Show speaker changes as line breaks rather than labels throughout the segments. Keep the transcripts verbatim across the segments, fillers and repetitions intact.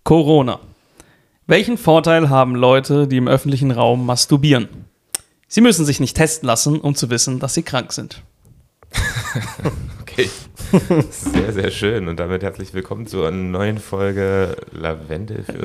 Corona. Welchen Vorteil haben Leute, die im öffentlichen Raum masturbieren? Sie müssen sich nicht testen lassen, um zu wissen, dass sie krank sind.
Okay, sehr, sehr schön. Und damit herzlich willkommen zu einer neuen Folge Lavendel für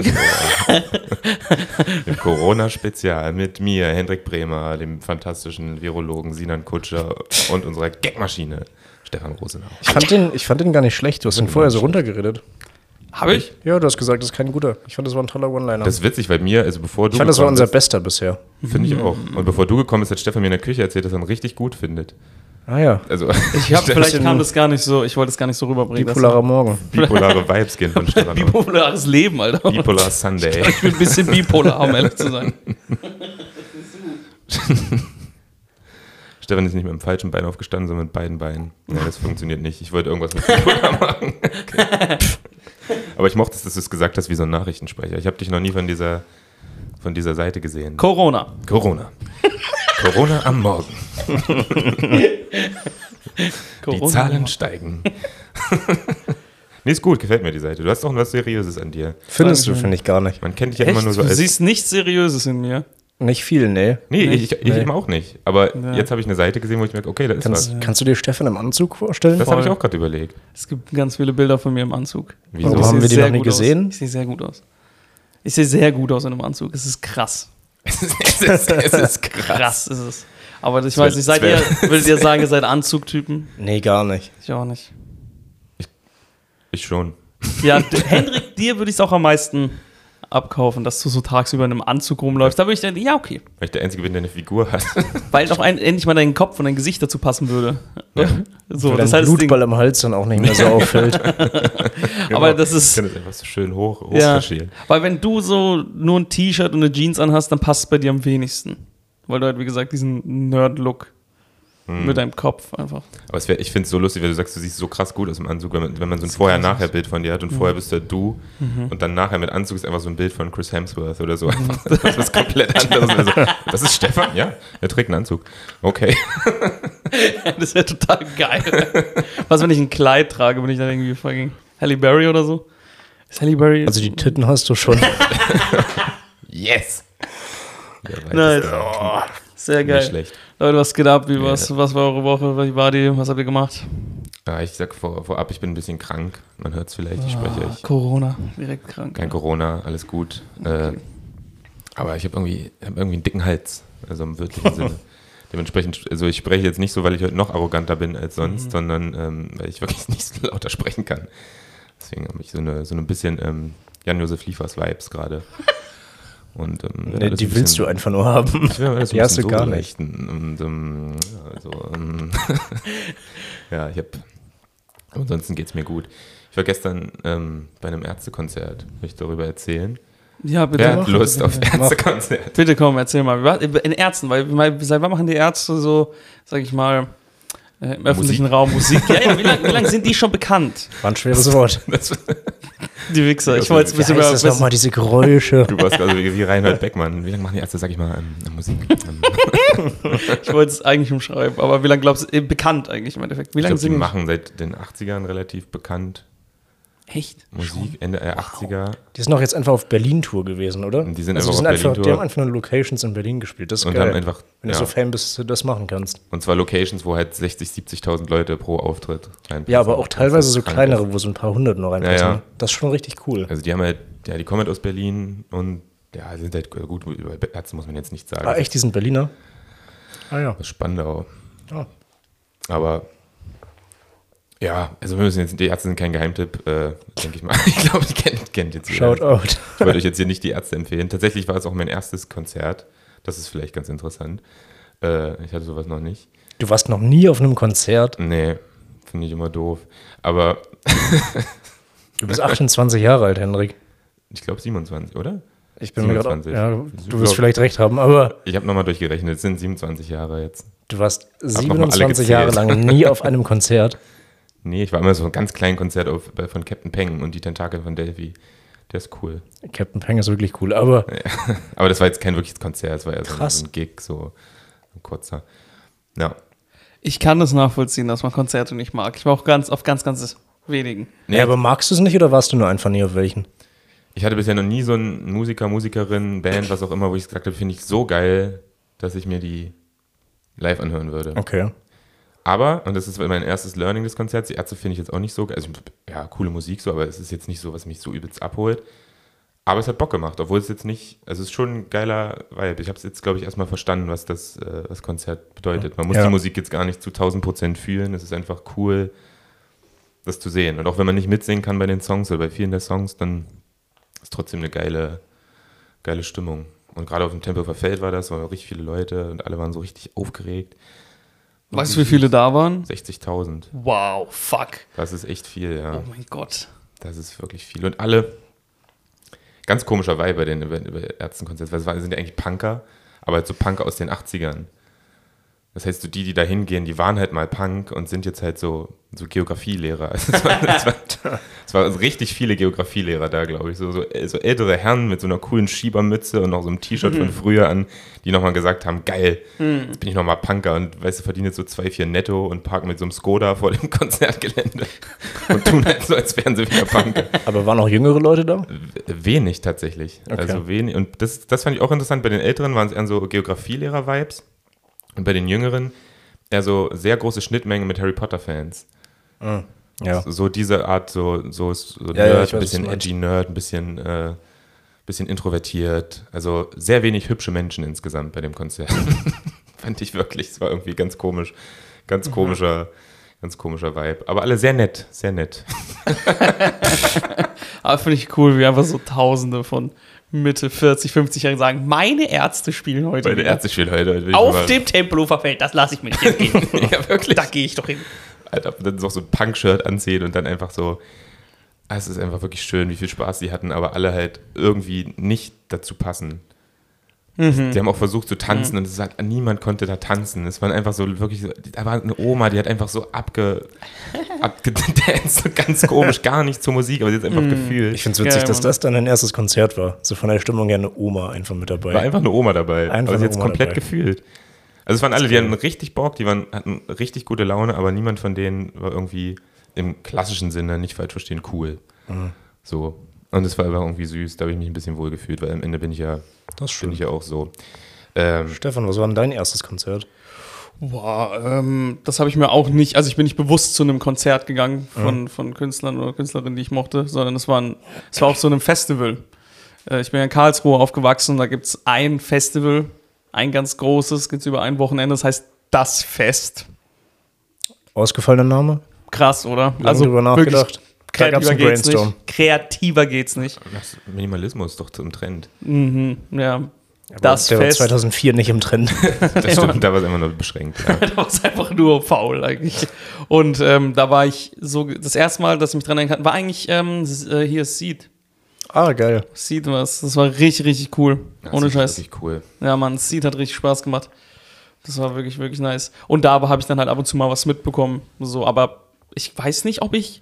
dem Corona-Spezial mit mir, Hendrik Bremer, dem fantastischen Virologen Sinan Kutscher und unserer Gagmaschine Stefan Rosenau.
Ich fand, den, ich fand den gar nicht schlecht. Du hast ihn vorher so runtergeredet.
Habe ich?
Ja, du hast gesagt, das ist kein guter. Ich fand, das war ein toller One-Liner.
Das ist witzig, weil mir, also bevor du
Ich fand, das war unser
bist,
bester bisher.
Finde ich auch. Und bevor du gekommen bist, hat Stefan mir in der Küche erzählt, dass er ihn richtig gut findet.
Ah ja.
Also,
ich hab, vielleicht kam das gar nicht so, ich wollte es gar nicht so rüberbringen.
Bipolarer Morgen.
Bipolare Vibes gehen von Stefan.
Bipolares Leben, Alter.
Bipolar Sunday.
Ich will ein bisschen bipolar, um ehrlich zu sein.
Stefan ist nicht mit dem falschen Bein aufgestanden, sondern mit beiden Beinen. Ja, das funktioniert nicht. Ich wollte irgendwas mit Bipolar machen. Okay. Aber ich mochte es, dass du es gesagt hast wie so ein Nachrichtensprecher. Ich habe dich noch nie von dieser, von dieser Seite gesehen.
Corona.
Corona. Corona am Morgen.
Corona
die Zahlen steigen. Nee, ist gut, gefällt mir die Seite. Du hast doch was Seriöses an dir.
Findest du, finde ich gar nicht.
Man kennt dich ja
Echt?
immer nur so
du
als...
siehst nichts Seriöses in mir.
Nicht viel, nee.
Nee, ich, ich, ich
Nee.
eben auch nicht. Aber
Ja.
jetzt habe ich eine Seite gesehen, wo ich merke, okay, da ist
Kannst,
was.
kannst du dir Stefan im Anzug vorstellen?
Das habe ich
Voll.
auch gerade überlegt.
Es gibt ganz viele Bilder von mir im Anzug.
Wieso?
Warum
Ich
haben
sehe
wir die
sehr
noch nie
gut aus.
gesehen?
Ich sehe sehr gut aus. Ich sehe sehr gut aus in einem Anzug. Es ist krass.
Es ist, es ist, es ist krass.
Krass ist es. Aber ich
Das
weiß
wär-
nicht, seid
das
ihr,
wär-
würdet ihr sagen, ihr seid Anzugtypen?
Nee, gar nicht.
Ich auch nicht.
Ich schon.
Ja, d- Hendrik, dir würde ich es auch am meisten abkaufen, dass du so tagsüber in einem Anzug rumläufst. Da würde ich dann, ja, okay.
Weil ich der Einzige bin, der eine Figur hat.
Weil doch ein, endlich mal dein Kopf und dein Gesicht dazu passen würde.
Ja.
So,
Weil
das
dein
heißt, das Ding,
Blutball im Hals dann auch nicht mehr so auffällt.
aber das ist,
Ich kann das einfach so schön hoch,
ja,
hochkaschieren.
weil wenn du so nur ein T-Shirt und eine Jeans anhast, dann passt es bei dir am wenigsten. Weil du halt, wie gesagt, diesen Nerd-Look
Hm.
mit deinem Kopf einfach.
Aber es wär, ich finde es so lustig, wenn du sagst, du siehst so krass gut aus im Anzug, wenn man, wenn man so ein Vorher-Nachher-Bild von dir hat und
Mhm.
vorher bist du du und dann nachher mit Anzug ist einfach so ein Bild von Chris Hemsworth oder so. Einfach, das ist komplett anderes. Also, das ist Stefan? Ja, er trägt einen Anzug. Okay.
Das wäre total geil. Was, wenn ich ein Kleid trage, bin ich dann irgendwie fucking Halle Berry oder so? Ist Halle Berry?
Also die Titten hast du schon.
Yes! Ja, weil
Nein.
das,
Oh, sehr
nicht
geil.
schlecht.
Leute, was geht ab? Wie,
Ja.
was, was war eure Woche? Wie war die? Was habt ihr gemacht?
Ja, ich sag vor, vorab, ich bin ein bisschen krank. Man hört es vielleicht, ich spreche
Ah,
euch.
Corona, direkt krank.
Kein Corona, alles gut. Äh, aber ich habe irgendwie, hab irgendwie einen dicken Hals, also im wörtlichen Sinne. Dementsprechend, also ich spreche jetzt nicht so, weil ich heute noch arroganter bin als sonst,
Mhm.
sondern ähm, weil ich wirklich nicht so lauter sprechen kann. Deswegen habe ich so eine, so ein bisschen ähm, Jan-Josef Liefers-Vibes gerade. Und, ähm,
Nee,
alles
die
ein
willst
bisschen-
du einfach nur haben.
Ich will alles ein
Die hast
bisschen
du gar
so
nicht.
beleuchten. Und, ähm, also, ähm, ja, ich habe. Ansonsten geht es mir gut. Ich war gestern ähm, bei einem Ärztekonzert. Will ich darüber erzählen?
Ja, bitte.
Wer hat
mach.
Lust auf Ärztekonzert?
Bitte komm, erzähl mal. Was- In Ärzten, weil weil- seit wann machen die Ärzte so, sag ich mal, äh, im öffentlichen Raum Musik? Ja, ja, wie lange wie lang sind die schon bekannt?
War ein schweres Wort.
Das,
Die Wichser. Ich
Ja,
wollte es ein
Wie
bisschen
heißt
mehr.
das
bisschen-
nochmal, diese Geräusche?
du warst also wie, wie Reinhold Beckmann. Wie lange machen die Ärzte, sag ich mal, ähm, Musik? Ähm,
Ich wollte es eigentlich umschreiben, aber wie lange glaubst du, äh, bekannt eigentlich im Endeffekt? Wie
ich
lange
glaube, die
singen
machen seit den achtzigern relativ bekannt
Echt?
Musik, Ende der achtziger.
Die sind doch jetzt einfach auf Berlin-Tour gewesen, oder?
Die sind
also
einfach
die, sind
auf
einfach,
Berlin-Tour.
die haben einfach nur Locations in Berlin gespielt. Das ist
Und
geil.
haben einfach,
Wenn
ja,
du so Fan bist, dass du das machen kannst.
und zwar Locations, wo halt sechzigtausend, siebzigtausend Leute pro Auftritt reinpassen.
Ja, aber auch
Das
teilweise
ist
so
krank.
kleinere, wo so ein paar hundert noch reinpassen.
Ja, ja.
Das ist schon richtig cool.
Also die haben halt, ja, die kommen halt aus Berlin und ja, sind halt gut, über Ärzte muss man jetzt nicht sagen.
Ah, echt, die sind Berliner? Ah ja.
Das ist Spandau.
Ah.
Aber ja, also wir müssen jetzt, die Ärzte sind kein Geheimtipp, äh, denke ich mal. Ich glaube, die kennt, kennt jetzt jeder.
Shout out.
Ich wollte euch jetzt hier nicht die Ärzte empfehlen. Tatsächlich war es auch mein erstes Konzert. Das ist vielleicht ganz interessant. Äh, ich hatte sowas noch nicht.
Du warst noch nie auf einem Konzert.
Nee, finde ich immer doof. Aber
Du bist achtundzwanzig Jahre alt, Henrik.
ich glaube siebenundzwanzig, oder?
Ich bin mir gerade.
siebenundzwanzig.
Ja,
Ich
du wirst
glaub-
vielleicht recht haben, aber
Ich habe nochmal durchgerechnet, es sind siebenundzwanzig Jahre jetzt.
du warst
noch mal alle
siebenundzwanzig Jahre
gezählt.
lang nie auf einem Konzert.
Nee, ich war immer so ein ganz kleinen Konzert auf, bei- von Captain Peng und die Tentakel von Delphi. Der ist cool.
Captain Peng ist wirklich cool, aber
Ja. Aber das war jetzt kein wirkliches Konzert, es war eher so ein,
Krass.
so ein Gig, so ein kurzer. Ja.
Ich kann das nachvollziehen, dass man Konzerte nicht mag. Ich war auch ganz auf ganz, ganz wenigen.
Nee,
ja, aber magst du es nicht oder warst du nur einfach nie auf welchen?
ich hatte bisher noch nie so einen Musiker, Musikerin, Band, was auch immer, wo ich gesagt habe, finde ich so geil, dass ich mir die live anhören würde.
Okay.
Aber, und das ist mein erstes Learning des Konzerts, die Ärzte finde ich jetzt auch nicht so geil. Also, ja, coole Musik so, aber es ist jetzt nicht so, was mich so übelst abholt. Aber es hat Bock gemacht, obwohl es jetzt nicht, also es ist schon ein geiler Vibe. Ich habe es jetzt, glaube ich, erstmal verstanden, was das, äh, das Konzert bedeutet. Man muss ja. die Musik jetzt gar nicht zu tausend Prozent fühlen. Es ist einfach cool, das zu sehen. Und auch wenn man nicht mitsingen kann bei den Songs oder bei vielen der Songs, dann ist trotzdem eine geile, geile Stimmung. Und gerade auf dem Tempelhofer Feld war das, waren richtig viele Leute und alle waren so richtig aufgeregt. Und
weißt du, wie viele da waren?
sechzigtausend.
Wow, fuck.
Das ist echt viel, ja.
Oh mein Gott.
Das ist wirklich viel. Und alle... Ganz komischer Vibe bei den Ärztenkonzerten, weil es waren, sind ja eigentlich Punker, aber halt so Punker aus den achtzigern. Das heißt, so die, die da hingehen, die waren halt mal Punk und sind jetzt halt so, so Geografielehrer. Also es, war, es, war, es waren also richtig viele Geografielehrer da, glaube ich. So, so, so ältere Herren mit so einer coolen Schiebermütze und noch so einem T-Shirt mhm. von früher an, die nochmal gesagt haben, geil, mhm. jetzt bin ich nochmal Punker und weißt du, verdiene jetzt so zwei, vier netto und parken mit so einem Skoda vor dem Konzertgelände und tun halt so, als wären sie wieder Punker.
Aber waren auch jüngere Leute da?
Wenig tatsächlich. Okay. Also wenig. Und das, das fand ich auch interessant. Bei den Älteren waren es eher so Geografielehrer-Vibes. Und bei den Jüngeren eher so sehr große Schnittmengen mit Harry Potter-Fans.
Mm, ja.
So, so diese Art, so, so, so Nerd,
ja, ja, weiß,
ein bisschen edgy Nerd, ein bisschen, äh, bisschen introvertiert. Also sehr wenig hübsche Menschen insgesamt bei dem Konzert. Fand ich wirklich. Es war irgendwie ganz komisch. Ganz komischer, mhm. ganz komischer Vibe. Aber alle sehr nett, sehr nett.
Aber finde ich cool, wie einfach so Tausende von Mitte vierzig, fünfzig-Jährigen sagen, meine Ärzte spielen heute.
Meine Ärzte spielen heute. heute
auf dem Tempelhofer Feld, das lasse ich mir nicht entgehen.
Ja, wirklich.
Da gehe ich doch hin.
Alter, dann noch so ein Punk-Shirt anziehen und dann einfach so, es ist einfach wirklich schön, wie viel Spaß die hatten, aber alle halt irgendwie nicht dazu passen. Mhm. Die haben auch versucht zu tanzen mhm. und es hat, niemand konnte da tanzen. Es waren einfach so wirklich, so, da war eine Oma, die hat einfach so abge, abgedanced, so ganz komisch, gar nicht zur Musik, aber sie hat einfach mhm. gefühlt.
Ich finde es witzig, ja, dass das dann ein erstes Konzert war. So von der Stimmung her eine Oma einfach mit dabei.
War einfach eine Oma dabei,
einfach
aber sie hat es komplett
dabei.
gefühlt. Also es waren alle, die hatten richtig Bock, die waren, hatten richtig gute Laune, aber niemand von denen war irgendwie im klassischen Sinne, nicht falsch verstehen, cool. Mhm. So. Und es war einfach irgendwie süß, da habe ich mich ein bisschen wohl gefühlt, weil am Ende bin ich ja, bin ich ja auch so. Ähm,
Stefan, was war denn dein erstes Konzert?
Boah, ähm, das habe ich mir auch nicht, also ich bin nicht bewusst zu einem Konzert gegangen von, mhm. von Künstlern oder Künstlerinnen, die ich mochte, sondern es war, ein, es war auf so einem Festival. Äh, ich bin ja in Karlsruhe aufgewachsen, da gibt es ein Festival, ein ganz großes, gibt es über ein Wochenende, das heißt Das Fest.
Ausgefallener Name?
Krass, oder?
Lange also drüber nachgedacht.
Kreativer geht's nicht. Kreativer geht's nicht.
Minimalismus ist doch im Trend.
Mhm, ja.
Aber
das
der
Fest.
war zweitausendvier nicht im Trend.
Das stimmt, da war es immer nur beschränkt. Ja.
Da war es einfach nur faul eigentlich. Und ähm, da war ich so, das erste Mal, dass ich mich dran erinnern kann, war eigentlich ähm, hier ist Seed.
Ah, geil.
Seed was. Das war richtig, richtig cool.
Das
ohne
ist
Scheiß.
Richtig cool.
Ja, Mann, Seed hat richtig Spaß gemacht. Das war wirklich, wirklich nice. Und da habe ich dann halt ab und zu mal was mitbekommen. So, aber ich weiß nicht, ob ich.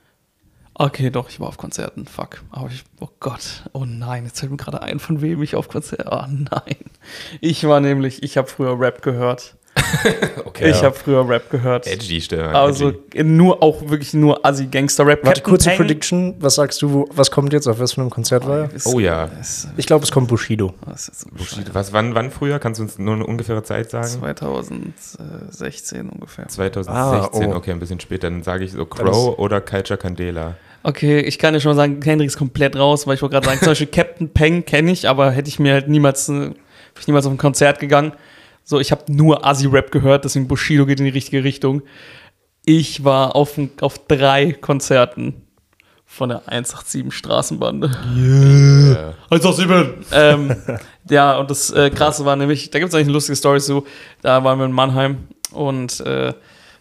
Okay, doch, ich war auf Konzerten, fuck. Aber ich, oh Gott, oh nein, jetzt fällt mir gerade ein, von wem ich auf Konzerten, oh nein. Ich war nämlich, ich habe früher Rap gehört.
Okay,
ich
ja.
habe früher Rap gehört.
Edgy, Stefan.
Also
edgy.
nur, auch wirklich nur Assi-Gangster-Rap.
Warte,
Captain
kurze
Peng.
Prediction, was sagst du, wo, was kommt jetzt, auf was für einem Konzert war er?
Oh ja.
Ich glaube, es kommt Bushido.
Das ist so
Bushido. Was, wann, wann früher? Kannst du uns nur eine ungefähre Zeit sagen?
zweitausendsechzehn ungefähr.
zweitausendsechzehn,
Ah, oh.
okay, ein bisschen später. Dann sage ich so Crow oder Culture Candela.
Okay, ich kann ja schon mal sagen, Kendrick ist komplett raus, weil ich wollte gerade sagen, zum Beispiel Captain Peng kenne ich, aber hätte ich mir halt niemals, äh, bin ich niemals auf ein Konzert gegangen. So, ich habe nur Assi-Rap gehört, deswegen Bushido geht in die richtige Richtung. Ich war auf, auf drei Konzerten von der hundertsiebenundachtzig Straßenbande.
Yeah.
hundertsiebenundachtzig! ähm, ja, und das äh, Krasse war nämlich, da gibt es eigentlich eine lustige Story zu, da waren wir in Mannheim und äh,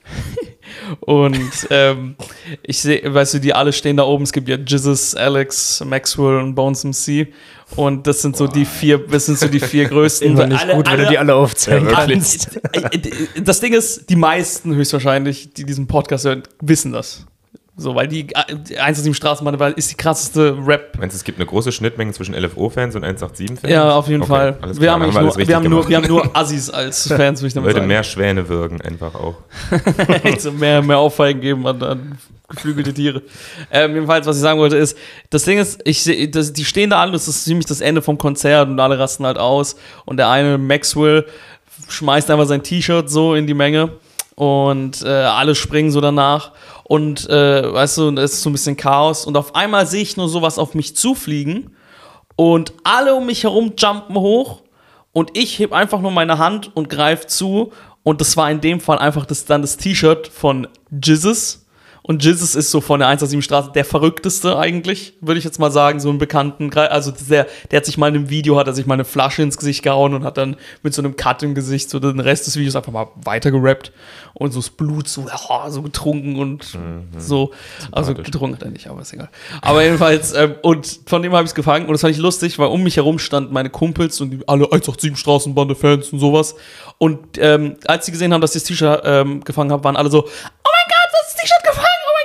und ähm, ich sehe, weißt du, die alle stehen da oben, es gibt ja Jesus, Alex, Maxwell und Bones M C und das sind so
Boah.
die vier, das sind so die vier größten.
Immer nicht
alle,
gut,
alle,
wenn du die alle aufzählen
ja,
kannst.
Das Ding ist, die meisten höchstwahrscheinlich, die diesen Podcast hören, wissen das. So, weil die, die eins acht sieben Straßenbande ist die krasseste Rap.
Meinst du, es gibt eine große Schnittmenge zwischen L F O-Fans und eins acht sieben-Fans?
Ja, auf jeden
okay,
Fall.
Alles
Wir
klar,
haben,
dann
nur,
alles
wir, haben nur,
gemacht.
wir haben nur Assis als Fans, würde ich damit
Leute,
sagen.
mehr Schwäne würgen einfach auch.
so mehr, mehr Auffallen geben an, an geflügelte Tiere. Ähm, jedenfalls, was ich sagen wollte, ist, das Ding ist, ich seh, das, die stehen da alle, das ist ziemlich das Ende vom Konzert und alle rasten halt aus. Und der eine, Maxwell, schmeißt einfach sein T-Shirt so in die Menge und äh, alle springen so danach. Und, äh, weißt du, es ist so ein bisschen Chaos. Und auf einmal sehe ich nur sowas auf mich zufliegen und alle um mich herum jumpen hoch und ich heb einfach nur meine Hand und greife zu. Und das war in dem Fall einfach das, dann das T-Shirt von Jizzes. Und Jizzes ist so von der eins acht sieben Straße der verrückteste eigentlich, würde ich jetzt mal sagen, so einen bekannten, also der, der hat sich mal in einem Video, hat er sich mal eine Flasche ins Gesicht gehauen und hat dann mit so einem Cut im Gesicht so den Rest des Videos einfach mal weiter gerappt und so das Blut so, oh, so getrunken und mhm. so, also getrunken hat er nicht, aber ist egal. Aber jedenfalls, ähm, und von dem habe ich es gefangen und das fand ich lustig, weil um mich herum standen meine Kumpels und die, alle eins acht sieben Straßenbande-Fans und sowas und ähm, als sie gesehen haben, dass ich das T-Shirt ähm, gefangen habe, waren alle so, oh mein Gott, du hast das T-Shirt gefangen!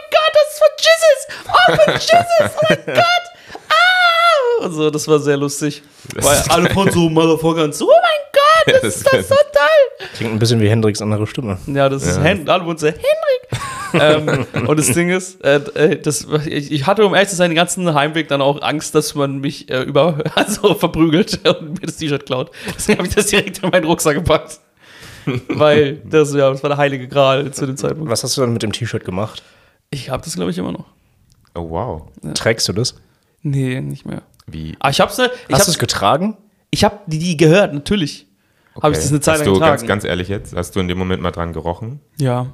Oh, von Jesus! Oh mein Gott! Ah! Und so, das war sehr lustig. Das weil alle von so Motherfucker und so, oh mein Gott, das ist das so toll!
Klingt ein bisschen wie Hendricks andere Stimme.
Ja, das ist ja. Hen- alle wurden so, Hendrik! ähm, und das Ding ist, äh, das, ich, ich hatte, um ehrlich zu sein, den ganzen Heimweg dann auch Angst, dass man mich äh, über, also verprügelt und mir das T-Shirt klaut. Deswegen habe ich das direkt in meinen Rucksack gepackt. Weil das, ja, das war der heilige Gral zu dem Zeitpunkt.
Was hast du dann mit dem T-Shirt gemacht?
Ich habe das, glaube ich, immer noch.
Oh, wow.
Ja. Trägst du das?
Nee, nicht mehr.
Wie?
Aber ich hab's ne, ich
Hast du es getragen?
Ich habe die, die gehört, natürlich.
Okay.
Habe ich das eine Zeit lang
getragen.
getragen.
Ganz, ganz ehrlich jetzt, hast du in dem Moment mal dran gerochen?
Ja.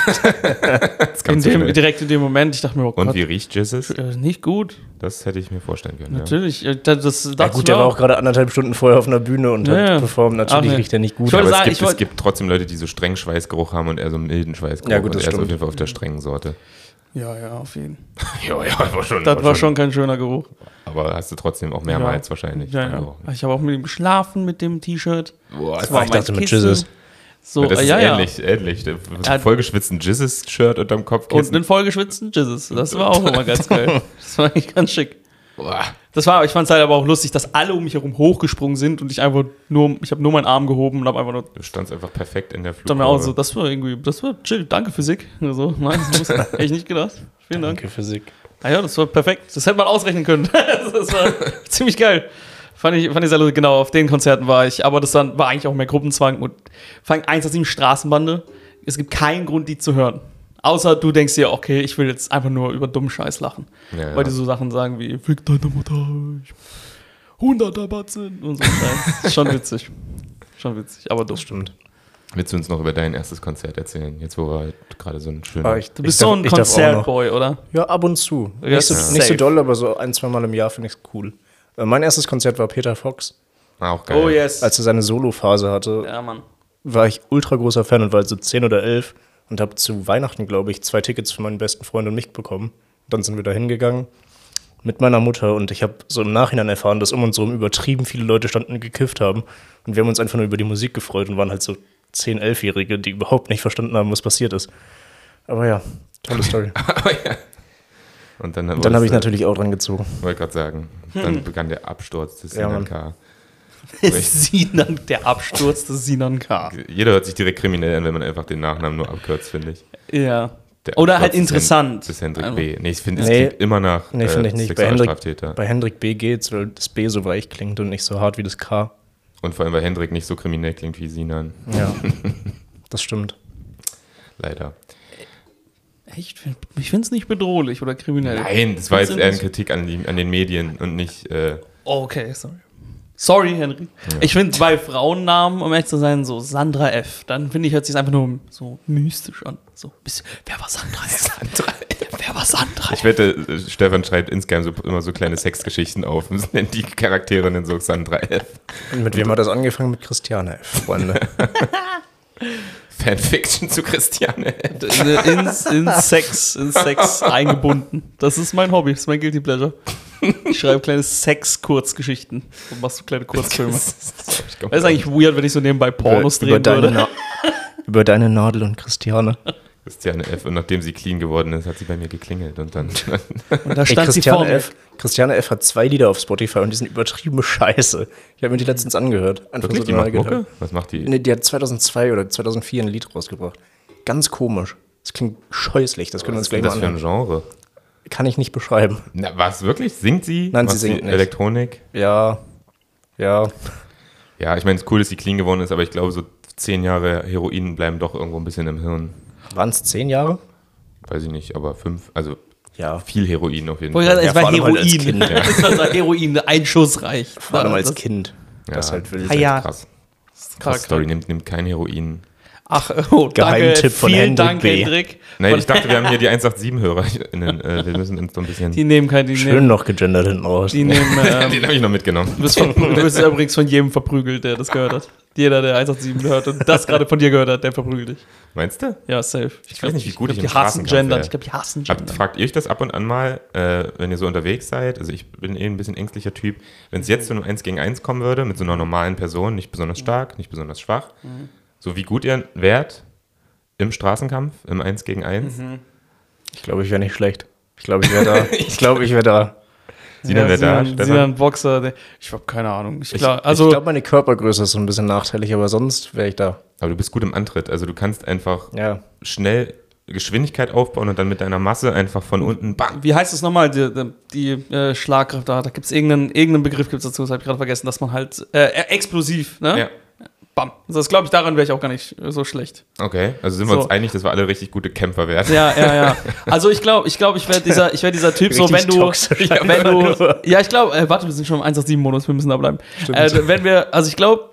das
in dem, direkt in dem Moment, ich dachte mir, oh Gott.
Und wie riecht Jizzes?
Nicht gut.
Das hätte ich mir vorstellen können.
Natürlich.
Ja,
das, das
ja gut, der war auch gerade anderthalb Stunden vorher auf einer Bühne und
ja,
hat
ja.
performt. Natürlich
Ach,
riecht er nicht gut.
aber
sagen,
es, gibt, es gibt trotzdem Leute, die so strengen Schweißgeruch haben und eher so einen milden Schweißgeruch.
Ja gut, das
und er
stimmt.
ist auf jeden Fall auf der strengen Sorte.
Ja, ja, auf jeden Fall.
ja, ja, war schon.
Das
war,
war
schon,
schon kein schöner Geruch.
Aber hast du trotzdem auch mehrmals
ja.
wahrscheinlich.
Ja, ja. Ich habe auch mit ihm geschlafen, mit dem T-Shirt.
Boah,
das war ich dachte mit Jizzes.
So,
ja, das ist
ja,
ähnlich,
ja.
ähnlich. So ein vollgeschwitzten Jizzes-Shirt unterm Kopf.
Und einen vollgeschwitzten Jizzes. Das war auch immer ganz geil. Das war eigentlich ganz schick.
Boah.
Das war, ich fand es halt aber auch lustig, dass alle um mich herum hochgesprungen sind und ich einfach nur, ich habe nur meinen Arm gehoben und habe einfach nur.
Du standst einfach perfekt in der Flughaube.
Dann mir auch so, das war irgendwie, das war chill, danke Physik. So, nein, das hätte ich nicht gedacht. Vielen Dank.
Danke Physik.
Ah ja, das war perfekt. Das hätte man ausrechnen können. Das war ziemlich geil. Fand ich, fand ich sehr lustig. Genau, auf den Konzerten war ich. Aber das dann war eigentlich auch mehr Gruppenzwang. Und vor allem eins acht sieben Straßenbande. Es gibt keinen Grund, die zu hören. Außer du denkst dir, okay, ich will jetzt einfach nur über dummen Scheiß lachen. Ja, weil ja. die so Sachen sagen wie, fick deine Mutter, hunderter Batzen und so. Das ist schon witzig. Schon witzig, aber dumm.
Das stimmt.
Willst du uns noch über dein erstes Konzert erzählen? Jetzt, wo wir halt gerade so ein schöner...
Ah, ich,
du bist
ich
so
darf,
ein Konzertboy, oder?
Ja, ab und zu.
Ja,
nicht, so,
ja.
nicht so doll, aber so ein, zwei Mal im Jahr finde ich es cool. Äh, mein erstes Konzert war Peter Fox.
Ah, auch geil.
Oh, yes.
Als er seine Solo-Phase hatte,
ja, Mann.
war ich ultra großer Fan und war so zehn oder elf und habe zu Weihnachten, glaube ich, zwei Tickets für meinen besten Freund und mich bekommen. Dann sind wir da hingegangen mit meiner Mutter und ich habe so im Nachhinein erfahren, dass um uns herum übertrieben viele Leute standen und gekifft haben. Und wir haben uns einfach nur über die Musik gefreut und waren halt so zehn-, elfjährige, die überhaupt nicht verstanden haben, was passiert ist. Aber ja, tolle Story.
Aber ja. Und dann,
und dann habe ich natürlich auch dran gezogen.
Wollte gerade sagen. Dann hm. begann der Absturz des
ja,
Sinan K.
Sinan, der Absturz des Sinan K.
Jeder hört sich direkt kriminell an, wenn man einfach den Nachnamen nur abkürzt, finde ich.
Ja. Oder halt interessant.
Das ist Hendrik B. Nee, ich finde, es
nee,
klingt immer nach
nee,
äh,
ich nicht. Bei Hendrik, bei Hendrik B geht's, weil das B so weich klingt und nicht so hart wie das K.
Und vor allem, weil Hendrik nicht so kriminell klingt wie Sinan.
Ja, das stimmt.
Leider.
Echt? Ich finde es nicht bedrohlich oder kriminell.
Nein, das war jetzt eher eine Kritik an, die, an den Medien und nicht... Äh
okay, sorry. Sorry, Henry. Ja. Ich finde bei Frauennamen, um ehrlich zu sein, so Sandra F., dann finde ich, hört sich einfach nur so mystisch an. So, bisschen, wer war Sandra F.? Sandra F. Wer war Sandra F.?
Ich wette, Stefan schreibt insgeheim so, immer so kleine Sexgeschichten auf und nennt die Charaktere dann so Sandra F.
Und mit wem hat das angefangen? Mit Christiane F., Freunde.
Fanfiction zu Christiane F.
In, in Sex, in Sex eingebunden. Das ist mein Hobby, das ist mein Guilty Pleasure. Ich schreibe kleine Sex-Kurzgeschichten und machst so kleine Kurzfilme. Das ist eigentlich weird, wenn ich so nebenbei Pornos
über,
drehen
über
würde.
Deine Na- über deine Nadel und Christiane.
Christiane F. Und nachdem sie clean geworden ist, hat sie bei mir geklingelt und dann.
Und da
Ey,
stand sie
Christiane
vorne.
F. Christiane F. hat zwei Lieder auf Spotify und die sind übertrieben scheiße. Ich habe mir die letztens angehört. Einfach
Wirklich,
so
die
neu
macht
gehört.
Mucke? Was macht die?
Nee, die hat zweitausendzwei oder zweitausendvier ein Lied rausgebracht. Ganz komisch. Das klingt scheußlich, das können wir uns
Was ist
gleich
denn
mal
das für ein
anhören.
Genre?
Kann ich nicht beschreiben.
Na, was, wirklich? Singt sie?
Nein,
Macht
sie singt nicht.
Elektronik?
Ja, ja.
Ja, ich meine, es ist cool, dass sie clean geworden ist, aber ich glaube, so zehn Jahre Heroin bleiben doch irgendwo ein bisschen im Hirn.
Waren es zehn Jahre?
Weiß ich nicht, aber fünf, also
Ja.
viel Heroin auf jeden
Wollte
Fall.
gerade sagen, es
Ja,
war
vor allem halt als
Heroin.
Kind, ja.
Das war so Heroin, ein Schuss reicht.
Vor allem als
Das-
Kind. Das
Ja.
halt wild.
Ah, ja.
Krass.
Krass,
Krass Story, nimmt, nimmt kein Heroin.
Ach, oh, danke.
Geheimtipp von
Vielen
Hendrik
Dank,
B.
Hendrik.
Nein,
Von-
ich dachte, wir haben hier die eins acht sieben-Hörer. Äh, wir müssen uns so ein bisschen.
Die nehmen kein, die
Schön
nehmen,
noch gegendert hinten raus.
die nehmen, ähm,
Den habe ich noch mitgenommen.
du wirst, von, du wirst übrigens von jedem verprügelt, der das gehört hat. Jeder, der eins acht sieben hört und das gerade von dir gehört hat, der verprügelt dich.
Meinst du?
Ja, safe.
Ich weiß nicht, wie gut
ich
ich
glaub,
im
die hassen
Straßenkampf
Gendern.
wäre.
Ich glaube, die hassen
Habt,
Gendern.
fragt ihr euch das ab und an mal, äh, wenn ihr so unterwegs seid? Also ich bin eh ein bisschen ängstlicher Typ. Wenn es jetzt zu einem eins gegen eins kommen würde, mit so einer normalen Person, nicht besonders stark, nicht besonders schwach, so wie gut ihr wärt im Straßenkampf, im eins gegen eins,
Ich glaube, ich wäre nicht schlecht. Ich glaube, ich wäre da. Ich glaube, ich wäre da.
Sinan wäre da,
Sinan,
Stefan?
Sinan Boxer, der, ich habe keine Ahnung. Ich
Ich,
glaub,
ich
also,
glaube, meine Körpergröße ist so ein bisschen nachteilig, aber sonst wäre ich da.
Aber du bist gut im Antritt, also du kannst einfach
Ja.
schnell Geschwindigkeit aufbauen und dann mit deiner Masse einfach von unten, bam.
wie heißt es nochmal, die, die, die äh, Schlagkraft da? Da gibt es irgendeinen, irgendeinen Begriff gibt's dazu, das habe ich gerade vergessen, dass man halt, äh, äh, explosiv, ne?
Ja.
Bam. Also das glaube ich, daran wäre ich auch gar nicht äh, so schlecht.
Okay, also sind wir
So.
uns einig, dass wir alle richtig gute Kämpfer werden.
Ja, ja, ja. Also ich glaube, ich glaube, ich werde dieser, ich werde dieser Typ so, wenn
Richtig
du,
toxisch
wenn
einfach
du,
nur.
ja, ich glaube, äh, warte, wir sind schon im eins acht sieben Modus, wir müssen da bleiben. Äh, wenn wir, also ich glaube,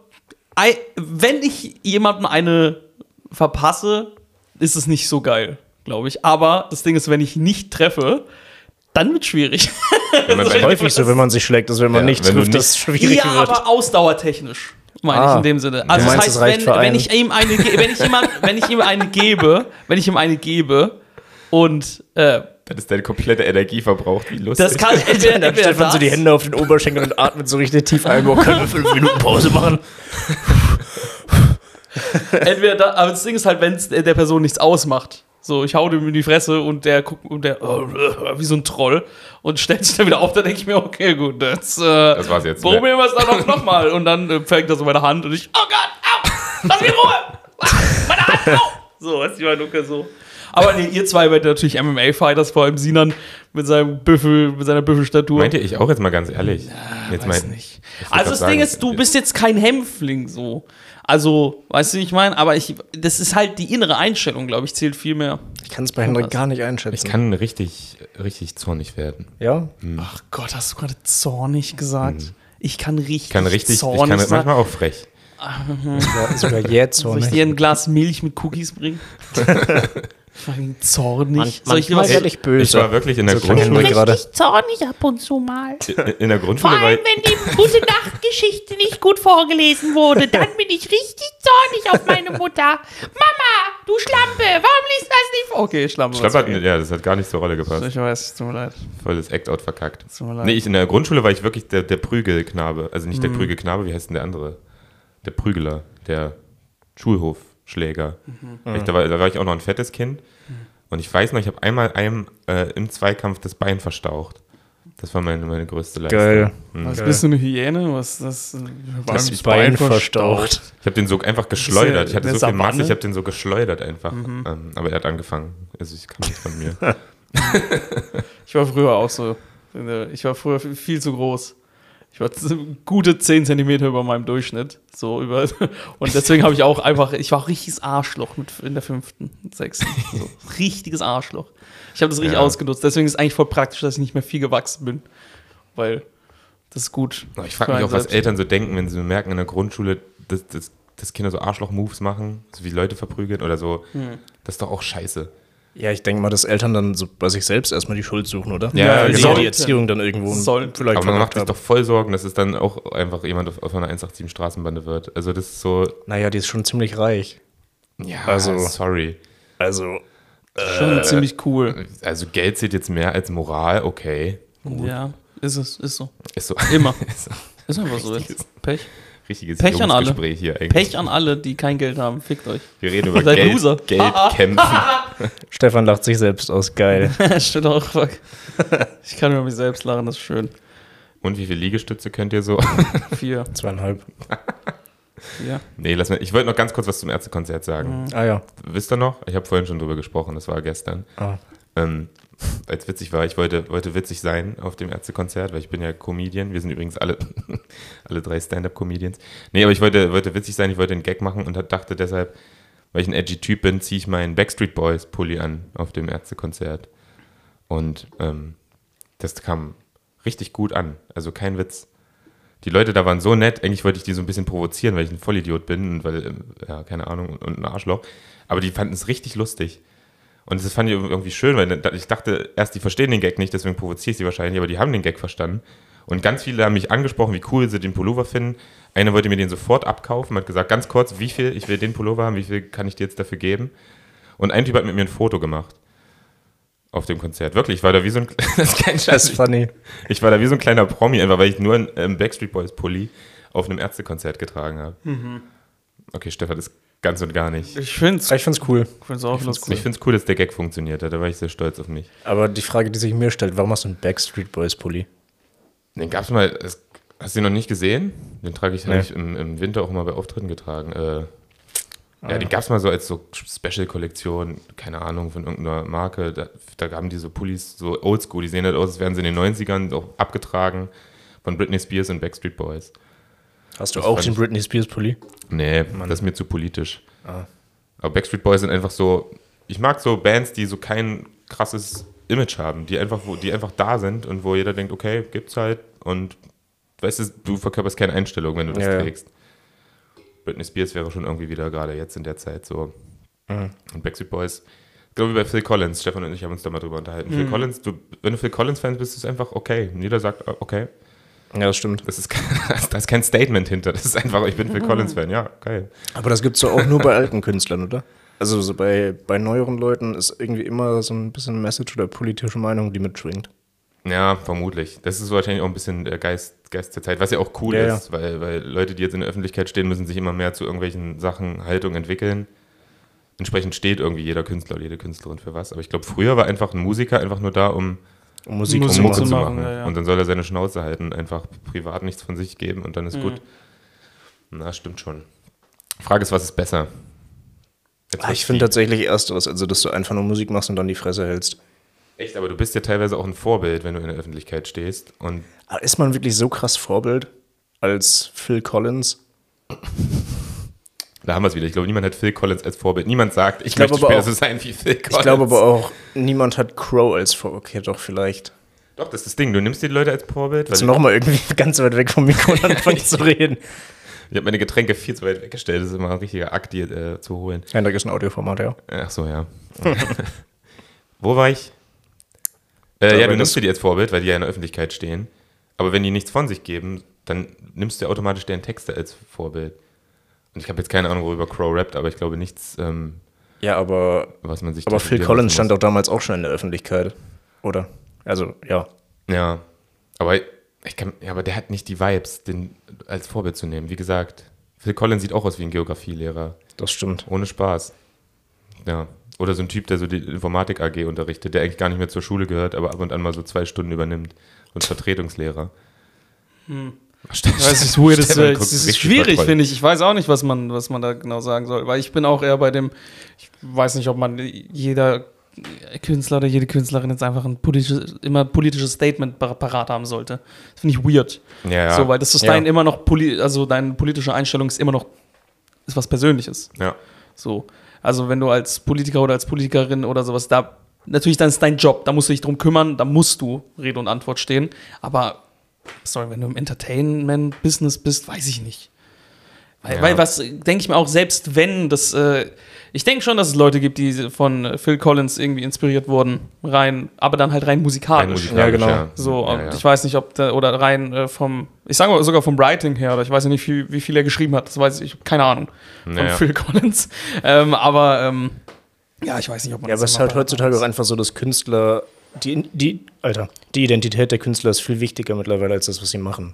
wenn ich jemandem eine verpasse, ist es nicht so geil, glaube ich. Aber das Ding ist, wenn ich nicht treffe, dann wird es schwierig.
Wenn man
Das ist häufig so, wenn man sich schlägt, dass wenn man
Ja,
nicht
wenn du
trifft,
nicht-
das schwierig
Ja,
wird.
aber ausdauertechnisch, meine
Ah.
ich in dem Sinne. Also
Du
das
meinst,
heißt,
es reicht
wenn,
für
wenn
einen?
ich ihm eine, ge- wenn ich jemand, wenn ich ihm eine gebe, wenn ich ihm eine gebe und äh,
Dann ist deine komplette Energie verbraucht, wie lustig.
das kann entweder,
Dann
entweder
stellt man so die
das-
Hände auf den Oberschenkel und atmet so richtig tief ein. Wo können wir fünf Minuten Pause machen?
Entweder da, aber das Ding ist halt, wenn es der Person nichts ausmacht. So, ich hau dem in die Fresse und der guckt und der oh, wie so ein Troll und stellt sich dann wieder auf, dann denke ich mir, okay, gut, das, äh,
Das war's jetzt.
probieren wir es dann auch nochmal. Und dann äh, fängt das so meine Hand und ich, oh Gott, au, lass mich in Ruhe, ah, meine Hand, au. So, weißt du, ich meine, okay, so. Aber nee, ihr zwei werdet natürlich M M A-Fighters, vor allem Sinan mit seinem Büffel, mit seiner Büffelstatur.
Meint ihr, ich auch jetzt mal ganz ehrlich? jetzt
Weiß
mein,
nicht.
ich wollt
Also
grad
das
sagen,
Ding ist, du bist jetzt kein Hämpfling so. Also, weißt du, wie ich meine? Aber ich, das ist halt die innere Einstellung, glaube ich, zählt viel mehr.
Ich kann es bei Hendrik gar nicht einschätzen.
Ich kann richtig, richtig zornig werden.
Ja?
Ach Gott, hast du gerade zornig gesagt? Ich kann richtig
Ich kann richtig, ich
zornig
kann
sein.
manchmal auch frech.
Sogar, sogar jetzt so.
Soll ich dir ein Glas Milch mit Cookies bringen? Fucking zornig. Soll ich dir
Manchmal
was?
werde ich böse.
Ich war wirklich in der
So klang Hendrik
Grundschule,
gerade.
Richtig zornig ab und zu mal.
in der
Vor
Grundschule war
allem,
ich,
wenn die gute Nachtgeschichte nicht gut vorgelesen wurde, dann bin ich richtig zornig auf meine Mutter. Mama, du Schlampe, warum liest das nicht vor?
Okay, Schlampe.
Schlapp hat, ja, das hat gar nicht zur Rolle gepasst.
Ich weiß, tut mir leid.
Voll das Act-Out verkackt.
Tut mir leid.
Nee, ich, in der Grundschule war ich wirklich der, der Prügelknabe. Also nicht der
Mhm.
Prügelknabe, wie heißt denn der andere? Der Prügler, der Schulhofschläger.
Mhm.
Ich, da, war, da war ich auch noch ein fettes Kind. Und ich weiß noch, ich habe einmal einem äh, im Zweikampf das Bein verstaucht. Das war meine, meine größte Leistung.
Geil.
Was
Geil.
bist du, eine Hyäne? Was ist das?
Das
Beim
Bein verstaucht.
Ich habe den so einfach geschleudert. Ich hatte
der
so viel Masse,
Savanne?
ich habe den so geschleudert einfach.
Mhm.
Ähm, aber er hat angefangen. Also ich kam nicht von mir.
Ich war früher auch so. Ich war früher viel zu groß. Ich war z- gute zehn Zentimeter über meinem Durchschnitt. So über, und deswegen habe ich auch einfach, ich war ein richtiges Arschloch mit in der fünften, sechsten. So, richtiges Arschloch. Ich habe das richtig
Ja.
ausgenutzt. Deswegen ist es eigentlich voll praktisch, dass ich nicht mehr viel gewachsen bin. Weil das ist gut.
Ich frage
für
mich
einen
auch, was
selbst.
Eltern so denken, wenn sie merken in der Grundschule, dass, dass, dass Kinder so Arschloch-Moves machen, so wie Leute verprügeln oder so.
Hm.
Das ist doch auch scheiße.
Ja, ich denke mal, dass Eltern dann so bei sich selbst erstmal die Schuld suchen, oder?
Ja,
Weil
genau.
die Erziehung dann irgendwo
Sollten.
vielleicht
Aber man macht
verkackt
sich
hat.
doch voll Sorgen, dass es dann auch einfach jemand auf, auf einer eins acht sieben Straßenbande wird. Also das ist so,
Naja, die ist schon ziemlich reich.
ja,
Also-
sorry.
Also,
Schon ziemlich cool.
Also Geld zählt jetzt mehr als Moral, okay.
Ja, ist es, ist so.
Ist so.
Immer.
Ist so.
Ist einfach so
Richtiges-
jetzt. Pech.
richtiges
Pech an alle.
Jungsgespräch hier eigentlich.
Pech an alle, die kein Geld haben. Fickt euch.
Wir reden über
Seid
Geld,
Loser.
Geldkämpfen.
Stefan lacht sich selbst aus, geil.
Stimmt auch, fuck. Ich kann über mich selbst lachen, das ist schön.
Und wie viele Liegestütze könnt ihr so?
Vier.
Zweieinhalb.
Ja.
Nee, lass mal. Ich wollte noch ganz kurz was zum Ärztekonzert sagen.
Mhm.
Ah ja.
Wisst ihr noch? Ich habe vorhin schon drüber gesprochen, das war gestern.
Ah.
Ähm, weil es witzig war, ich wollte, wollte witzig sein auf dem Ärztekonzert, weil ich bin ja Comedian. Wir sind übrigens alle, alle drei Stand-Up-Comedians. Nee, aber ich wollte, wollte witzig sein, ich wollte einen Gag machen und dachte deshalb, weil ich ein edgy Typ bin, ziehe ich meinen Backstreet Boys Pulli an auf dem Ärztekonzert. Und ähm, das kam richtig gut an. Also kein Witz. Die Leute da waren so nett, eigentlich wollte ich die so ein bisschen provozieren, weil ich ein Vollidiot bin und weil, ja, keine Ahnung, und ein Arschloch. Aber die fanden es richtig lustig. Und das fand ich irgendwie schön, weil ich dachte erst, die verstehen den Gag nicht, deswegen provoziere ich sie wahrscheinlich, aber die haben den Gag verstanden. Und ganz viele haben mich angesprochen, wie cool sie den Pullover finden. Einer wollte mir den sofort abkaufen, hat gesagt, ganz kurz, wie viel, ich will den Pullover haben, wie viel kann ich dir jetzt dafür geben? Und ein Typ hat mit mir ein Foto gemacht. Auf dem Konzert. Wirklich, ich war da wie so ein, das ist kein Scheiß.
Das ist funny.
Ich war da wie so ein kleiner Promi, einfach weil ich nur einen ähm, Backstreet Boys Pulli auf einem Ärztekonzert getragen habe.
Mhm.
Okay, Stefan, das ganz und gar nicht.
Ich find's,
Ich find's cool.
ich find's auch lustig.
Ich finde es cool, dass der Gag funktioniert hat, da war ich sehr stolz auf mich.
Aber die Frage, die sich mir stellt, warum hast du einen Backstreet Boys Pulli?
Den gab's mal, das, hast du den noch nicht gesehen? Den trage ich,
Nee.
habe ich im, im Winter auch mal bei Auftritten getragen. Äh,
Ah,
ja, den gab's mal so als so Special-Kollektion, keine Ahnung, von irgendeiner Marke. Da, da gaben die so Pullis, so oldschool, die sehen halt aus, als wären sie in den neunzigern auch abgetragen von Britney Spears und Backstreet Boys.
Hast du
Das
auch
fand
den
ich-
Britney Spears Pulli?
Nee, das ist mir zu politisch.
Ah.
Aber Backstreet Boys sind einfach so, ich mag so Bands, die so kein krasses Image haben, die einfach, wo, die einfach da sind und wo jeder denkt, okay, gibt's halt und weißt du, du verkörperst keine Einstellung, wenn du das
Ja, ja.
trägst. Britney Spears wäre schon irgendwie wieder gerade jetzt in der Zeit so.
Mhm.
Und Backstreet Boys, ich glaube wie bei Phil Collins, Stefan und ich haben uns da mal drüber unterhalten. Phil Collins, du, wenn du Phil Collins-Fan bist, ist es einfach okay. Und jeder sagt, okay,
Ja, das stimmt.
das ist, kein, da ist kein Statement hinter. Das ist einfach, ich bin Phil Collins-Fan, ja, geil.
Aber das gibt's doch auch nur bei alten Künstlern, oder? Also so bei, bei neueren Leuten ist irgendwie immer so ein bisschen Message oder politische Meinung, die mitschwingt.
Ja, vermutlich. Das ist wahrscheinlich auch ein bisschen der Geist, Geist der Zeit, was ja auch cool
Ja,
ist, weil, weil Leute, die jetzt in der Öffentlichkeit stehen, müssen sich immer mehr zu irgendwelchen Sachen, Haltung entwickeln. Entsprechend steht irgendwie jeder Künstler oder jede Künstlerin für was. Aber ich glaube, früher war einfach ein Musiker einfach nur da, um,
Um Musik,
Musik
zu
um Mucke
machen.
zu
machen,
machen.
ja, ja.
Und dann soll er seine Schnauze halten, einfach privat nichts von sich geben und dann ist gut. Na, stimmt schon. Frage ist, was ist besser? Jetzt
Ah,
wird's
ich finde
deep.
tatsächlich ersteres, also dass du einfach nur Musik machst und dann die Fresse hältst.
Echt, aber du bist ja teilweise auch ein Vorbild, wenn du in der Öffentlichkeit stehst. Und
Aber ist man wirklich so krass Vorbild als Phil Collins?
da haben wir es wieder. Ich glaube, niemand hat Phil Collins als Vorbild. Niemand sagt, ich,
Ich glaube
möchte
aber
später
auch-
so sein wie Phil Collins.
Ich glaube aber auch, niemand hat Crow als Vorbild. Okay, doch, vielleicht.
Doch, das ist das Ding. Du nimmst die Leute als Vorbild. Weil
Willst du nochmal irgendwie ganz weit weg vom Mikro und anfangen zu reden?
ich habe meine Getränke viel zu weit weggestellt. Das ist immer ein richtiger Akt, die äh, zu holen.
Hendrik ist ein Audioformat, ja.
Ach so, ja. Wo war ich? Äh,
Da
ja,
war
du nimmst
das-
dir die als Vorbild, weil die ja in der Öffentlichkeit stehen. Aber wenn die nichts von sich geben, dann nimmst du automatisch deren Texte als Vorbild. Und ich habe jetzt keine Ahnung, worüber Crow rappt, aber ich glaube nichts, ähm,
Ja, aber,
was man sich
aber Phil
tätowieren
Collins
lassen
stand
muss.
doch damals auch schon in der Öffentlichkeit. Oder? Also, ja.
Ja, aber ich kann, ja, aber der hat nicht die Vibes, den als Vorbild zu nehmen. Wie gesagt, Phil Collins sieht auch aus wie ein Geografielehrer.
Das stimmt.
Ohne Spaß. Ja. Oder so ein Typ, der so die Informatik-A G unterrichtet, der eigentlich gar nicht mehr zur Schule gehört, aber ab und an mal so zwei Stunden übernimmt. Und Vertretungslehrer.
Hm.
Ste-
Das ist weird, das,
Stefan
äh,
guckt
es ist
richtig
schwierig,
verträumt.
finde ich. Ich weiß auch nicht, was man, was man da genau sagen soll. Weil ich bin auch eher bei dem, ich weiß nicht, ob man jeder Künstler oder jede Künstlerin jetzt einfach ein politisches, immer ein politisches Statement par- parat haben sollte. Das finde ich weird.
Ja, ja.
So, weil das ist
Ja.
dein immer noch, poli also deine politische Einstellung ist immer noch, ist was Persönliches.
ja.
So. Also wenn du als Politiker oder als Politikerin oder sowas da, natürlich dann ist dein Job, da musst du dich drum kümmern, da musst du Rede und Antwort stehen. Aber sorry, wenn du im Entertainment-Business bist, weiß ich nicht. Weil,
Ja.
weil was, denke ich mir auch, selbst wenn das, äh, ich denke schon, dass es Leute gibt, die von Phil Collins irgendwie inspiriert wurden, rein, aber dann halt rein musikalisch.
Rein
Ja, genau.
ja.
So,
ja,
und
ja.
ich weiß nicht, ob da, oder rein äh, vom, ich sage mal sogar vom Writing her, oder ich weiß ja nicht, wie, wie viel er geschrieben hat, das weiß ich, ich habe keine Ahnung von
Naja.
Phil Collins. Ähm, aber, ähm, ja, ich weiß nicht, ob man
Ja,
das
aber es ist
immer
halt
parat
heutzutage
hat.
auch einfach so, dass Künstler, die, die, Alter, die Identität der Künstler ist viel wichtiger mittlerweile als das, was sie machen.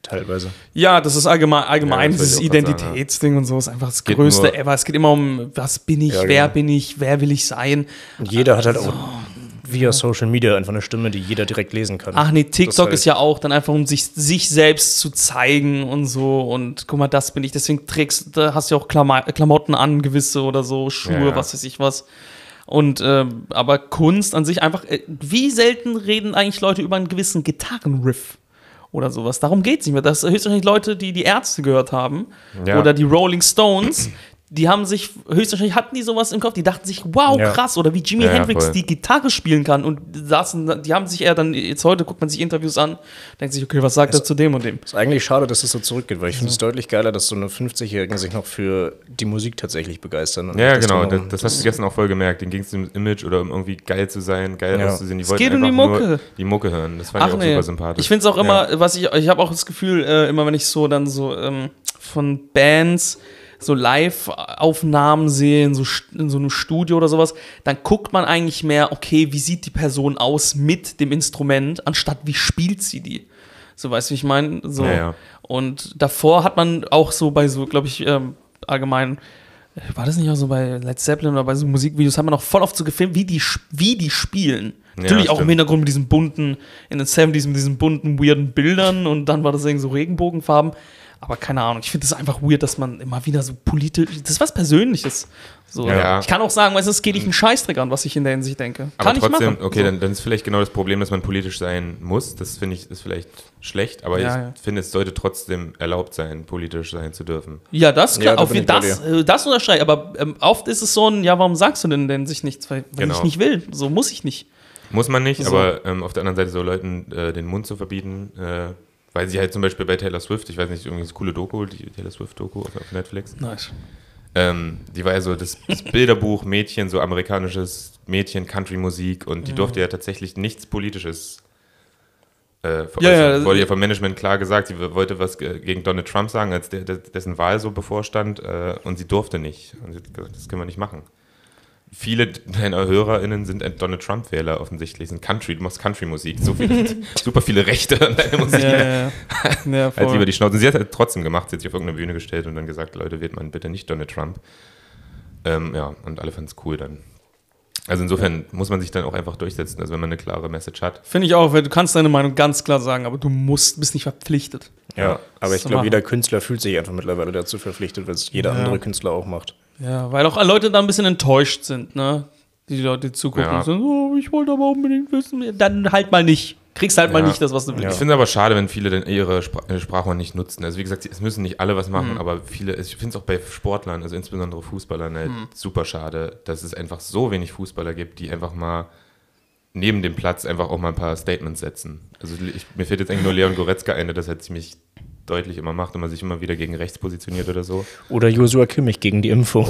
teilweise.
Ja, das ist allgemein, allgemein
Ja, das
dieses
wollte ich auch grad
Identitätsding und so ist einfach das
Geht
Größte
nur-
ever. Es geht immer um, was bin ich,
Ja,
wer
genau.
bin ich, wer will ich sein.
Und jeder hat halt auch via Social Media einfach eine Stimme, die jeder direkt lesen kann.
Ach nee, TikTok
halt-
ist ja auch dann einfach, um sich, sich selbst zu zeigen und so. Und guck mal, das bin ich. Deswegen trägst, da hast du ja auch Klama Klamotten an, gewisse oder so, Schuhe,
Ja, ja.
was weiß ich was. Und ähm, aber Kunst an sich einfach, äh, wie selten reden eigentlich Leute über einen gewissen Gitarrenriff oder sowas. Darum geht es nicht mehr. Das sind höchstwahrscheinlich Leute, die die Ärzte gehört haben
Ja.
oder die Rolling Stones. Die haben sich, höchstwahrscheinlich hatten die sowas im Kopf, die dachten sich, wow,
Ja.
krass, oder wie Jimi
Ja, ja,
Hendrix
voll.
die Gitarre spielen kann und saßen, die haben sich eher dann, jetzt heute guckt man sich Interviews an, denkt sich, okay, was sagt er zu dem und dem?
Ist eigentlich schade, dass es so zurückgeht, weil ich finde es deutlich geiler, dass so eine fünfzigjährigen sich noch für die Musik tatsächlich begeistern. und
Ja,
nicht das
genau, das,
drumherum.
das hast du gestern auch voll gemerkt. Denen ging es um Image oder um irgendwie geil zu sein, geil
Ja.
auszusehen. Die
Es
wollten
geht um
einfach
die
nur
Mucke.
die Mucke hören. Das fand ich auch super sympathisch.
Ich finde es auch immer, was ich, ich habe auch das Gefühl, äh, immer wenn ich so dann so ähm, von Bands so Live-Aufnahmen sehe in so, st- in so einem Studio oder sowas, dann guckt man eigentlich mehr, okay, wie sieht die Person aus mit dem Instrument, anstatt wie spielt sie die. So, weißt du, wie ich meine? So.
Ja, ja.
Und davor hat man auch so bei so, glaube ich, ähm, allgemein, äh, war das nicht auch so bei Led Zeppelin oder bei so Musikvideos, hat man auch voll oft so gefilmt, wie die, sp- wie die spielen.
Ja,
Natürlich auch im
stimmt.
Hintergrund mit diesen bunten, in den siebziger mit diesen bunten, weirden Bildern und dann war das irgendwie so Regenbogenfarben. Aber keine Ahnung, ich finde es einfach weird, dass man immer wieder so politisch, das ist was Persönliches. So,
Ja.
Ich kann auch sagen, weißt du, es geht nicht einen Scheißdreck an, was ich in der Hinsicht denke.
Aber
Kann ich
trotzdem,
machen.
okay,
so.
dann, dann ist vielleicht genau das Problem, dass man politisch sein muss. Das finde ich ist vielleicht schlecht, aber
Ja,
ich
ja.
finde, es sollte trotzdem erlaubt sein, politisch sein zu dürfen.
Ja, das kann
Ja, da
auf
bin
jeden
ich bei
das, äh, das unterstreiche ich. Aber ähm, oft ist es so ein, ja, warum sagst du denn denn sich nichts? Weil, weil
Genau.
ich nicht will. So muss ich nicht.
Muss man nicht,
So.
aber ähm, auf der anderen Seite so Leuten äh, den Mund zu verbieten, äh, weil sie halt zum Beispiel bei Taylor Swift, ich weiß nicht, irgendwie so coole Doku, die Taylor Swift-Doku auf, auf Netflix,
Nice.
ähm, die war ja so das, das Bilderbuch Mädchen, so amerikanisches Mädchen, Country-Musik und die durfte ja tatsächlich nichts Politisches äh, veräußern.
Ja, ja, das-
Wurde ja vom Management klar gesagt, sie w- wollte was ge- gegen Donald Trump sagen, als der, der, dessen Wahl so bevorstand äh, und sie durfte nicht. Und sie hat gesagt, das können wir nicht machen. Viele deiner HörerInnen sind Donald Trump-Wähler offensichtlich, sind Country, du machst Country-Musik, so viele, super viele Rechte an deiner Musik.
Ja, ja, ja. ja
Halt
voll.
lieber die Schnauze. Und sie hat halt trotzdem gemacht, sie hat sich auf irgendeine Bühne gestellt und dann gesagt, Leute, wählt man bitte nicht Donald Trump. Ähm, ja, und alle fanden es cool dann. Also insofern muss man sich dann auch einfach durchsetzen, also wenn man eine klare Message hat.
Finde ich auch, weil du kannst deine Meinung ganz klar sagen, aber du musst, bist nicht verpflichtet.
Ja, aber ich
zu
glaube,
machen.
jeder Künstler fühlt sich einfach mittlerweile dazu verpflichtet, weil es jeder
Ja.
andere Künstler auch macht.
Ja, weil auch Leute da ein bisschen enttäuscht sind, ne? Die Leute, die zugucken
Ja.
und sagen, oh, ich wollte aber unbedingt wissen. Dann halt mal nicht. Kriegst halt mal
Ja.
nicht das, was du willst.
Ich finde es aber schade, wenn viele dann ihre Spra äh, Sprachrohr nicht nutzen. Also wie gesagt, es müssen nicht alle was machen,
Mhm.
aber viele, ich finde es auch bei Sportlern, also insbesondere Fußballern, halt
Mhm.
super schade, dass es einfach so wenig Fußballer gibt, die einfach mal neben dem Platz einfach auch mal ein paar Statements setzen. Also ich, mir fällt jetzt eigentlich nur Leon Goretzka ein, der das halt ziemlich deutlich immer macht und man sich immer wieder gegen rechts positioniert oder so.
Oder Joshua Kimmich gegen die Impfung.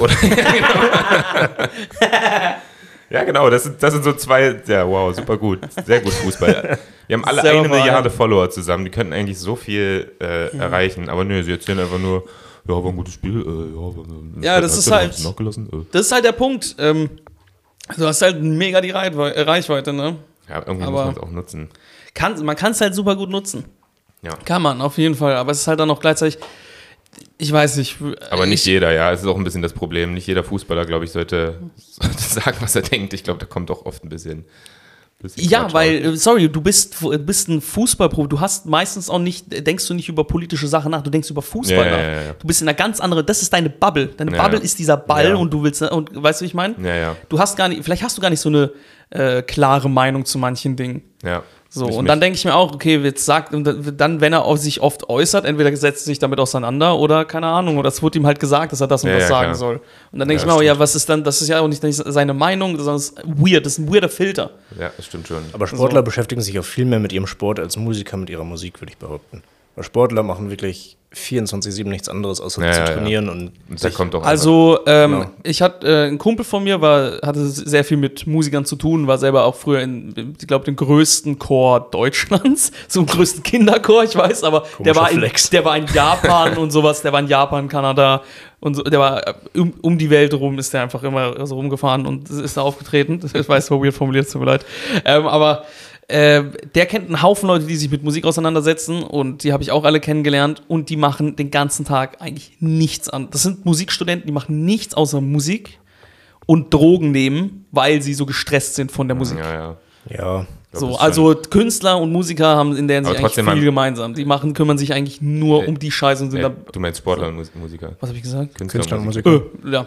Ja, genau, das sind, das sind so zwei, ja, wow, super gut, sehr gut Fußball. Wir haben alle
Selber
eine
mal
Milliarde
ein.
Follower zusammen, die könnten eigentlich so viel äh, erreichen, aber nö, sie erzählen einfach nur, ja, war ein gutes Spiel, äh, ja, war,
Ja, das
hat
ist
er
halt-
uns nachgelassen, äh.
Das ist halt der Punkt. Ähm, du hast halt mega die Reichwe- äh, Reichweite, ne?
Ja, irgendwie
Aber-
muss man es auch nutzen.
Kann, man kann es halt super gut nutzen.
Ja.
Kann man, auf jeden Fall. Aber es ist halt dann auch gleichzeitig, ich weiß nicht.
Aber nicht
ich,
jeder, ja, es ist auch ein bisschen das Problem. Nicht jeder Fußballer, glaube ich, sollte, sollte sagen, was er denkt. Ich glaube, da kommt auch oft ein bisschen. bisschen
Ja,
Quatsch
weil,
raus.
äh, sorry, du bist, du bist ein Fußballprofi. Du hast meistens auch nicht, denkst du nicht über politische Sachen nach, du denkst über Fußball
Ja,
nach.
ja, ja, ja.
Du bist in einer ganz anderen, das ist deine Bubble. Deine
Ja,
Bubble
ja.
ist dieser Ball
Ja.
und du willst, und weißt du, wie ich meine?
Ja, ja,
Du hast gar nicht, vielleicht hast du gar nicht so eine äh, klare Meinung zu manchen Dingen.
ja.
So,
Ich
und
mich-
dann denke ich mir auch, okay, jetzt sagt, und dann, wenn er auf sich oft äußert, entweder setzt er sich damit auseinander oder keine Ahnung, oder es wurde ihm halt gesagt, dass er das und
Ja,
das
ja,
sagen
klar.
soll. Und dann denke
Ja,
ich mir auch,
stimmt.
ja, was ist dann, das ist ja auch nicht seine Meinung, sondern es ist weird, das ist ein weirder Filter.
Ja, das stimmt schon.
Aber Sportler
So.
beschäftigen sich auch viel mehr mit ihrem Sport als Musiker mit ihrer Musik, würde ich behaupten. Weil Sportler machen wirklich vierundzwanzig sieben nichts anderes, außer
Ja,
zu
ja, ja.
trainieren und
Und da
sich
kommt auch
Also, ähm,
Genau.
ich hatte, äh, ein Kumpel von mir war, hatte sehr viel mit Musikern zu tun, war selber auch früher in, ich glaube, dem größten Chor Deutschlands, so im größten Kinderchor, ich weiß, aber der war, in,
Flex.
der war in Japan und sowas, der war in Japan, Kanada und so, der war äh, um, um die Welt rum, ist der einfach immer so rumgefahren und ist da aufgetreten. Ich weiß, es war weird formuliert, tut mir leid. Ähm, aber äh, der kennt einen Haufen Leute, die sich mit Musik auseinandersetzen und die habe ich auch alle kennengelernt und die machen den ganzen Tag eigentlich nichts an. Das sind Musikstudenten, die machen nichts außer Musik und Drogen nehmen, weil sie so gestresst sind von der Musik.
Ja, ja.
Ja.
So, also Künstler und Musiker haben in der Hinsicht eigentlich viel
man,
gemeinsam. Die machen, kümmern sich eigentlich nur äh, um die Scheiße und sind
äh,
da.
Du meinst Sportler und Musiker.
Was habe ich gesagt?
Künstler,
Künstler und
Musiker.
Musiker.
Äh, ja.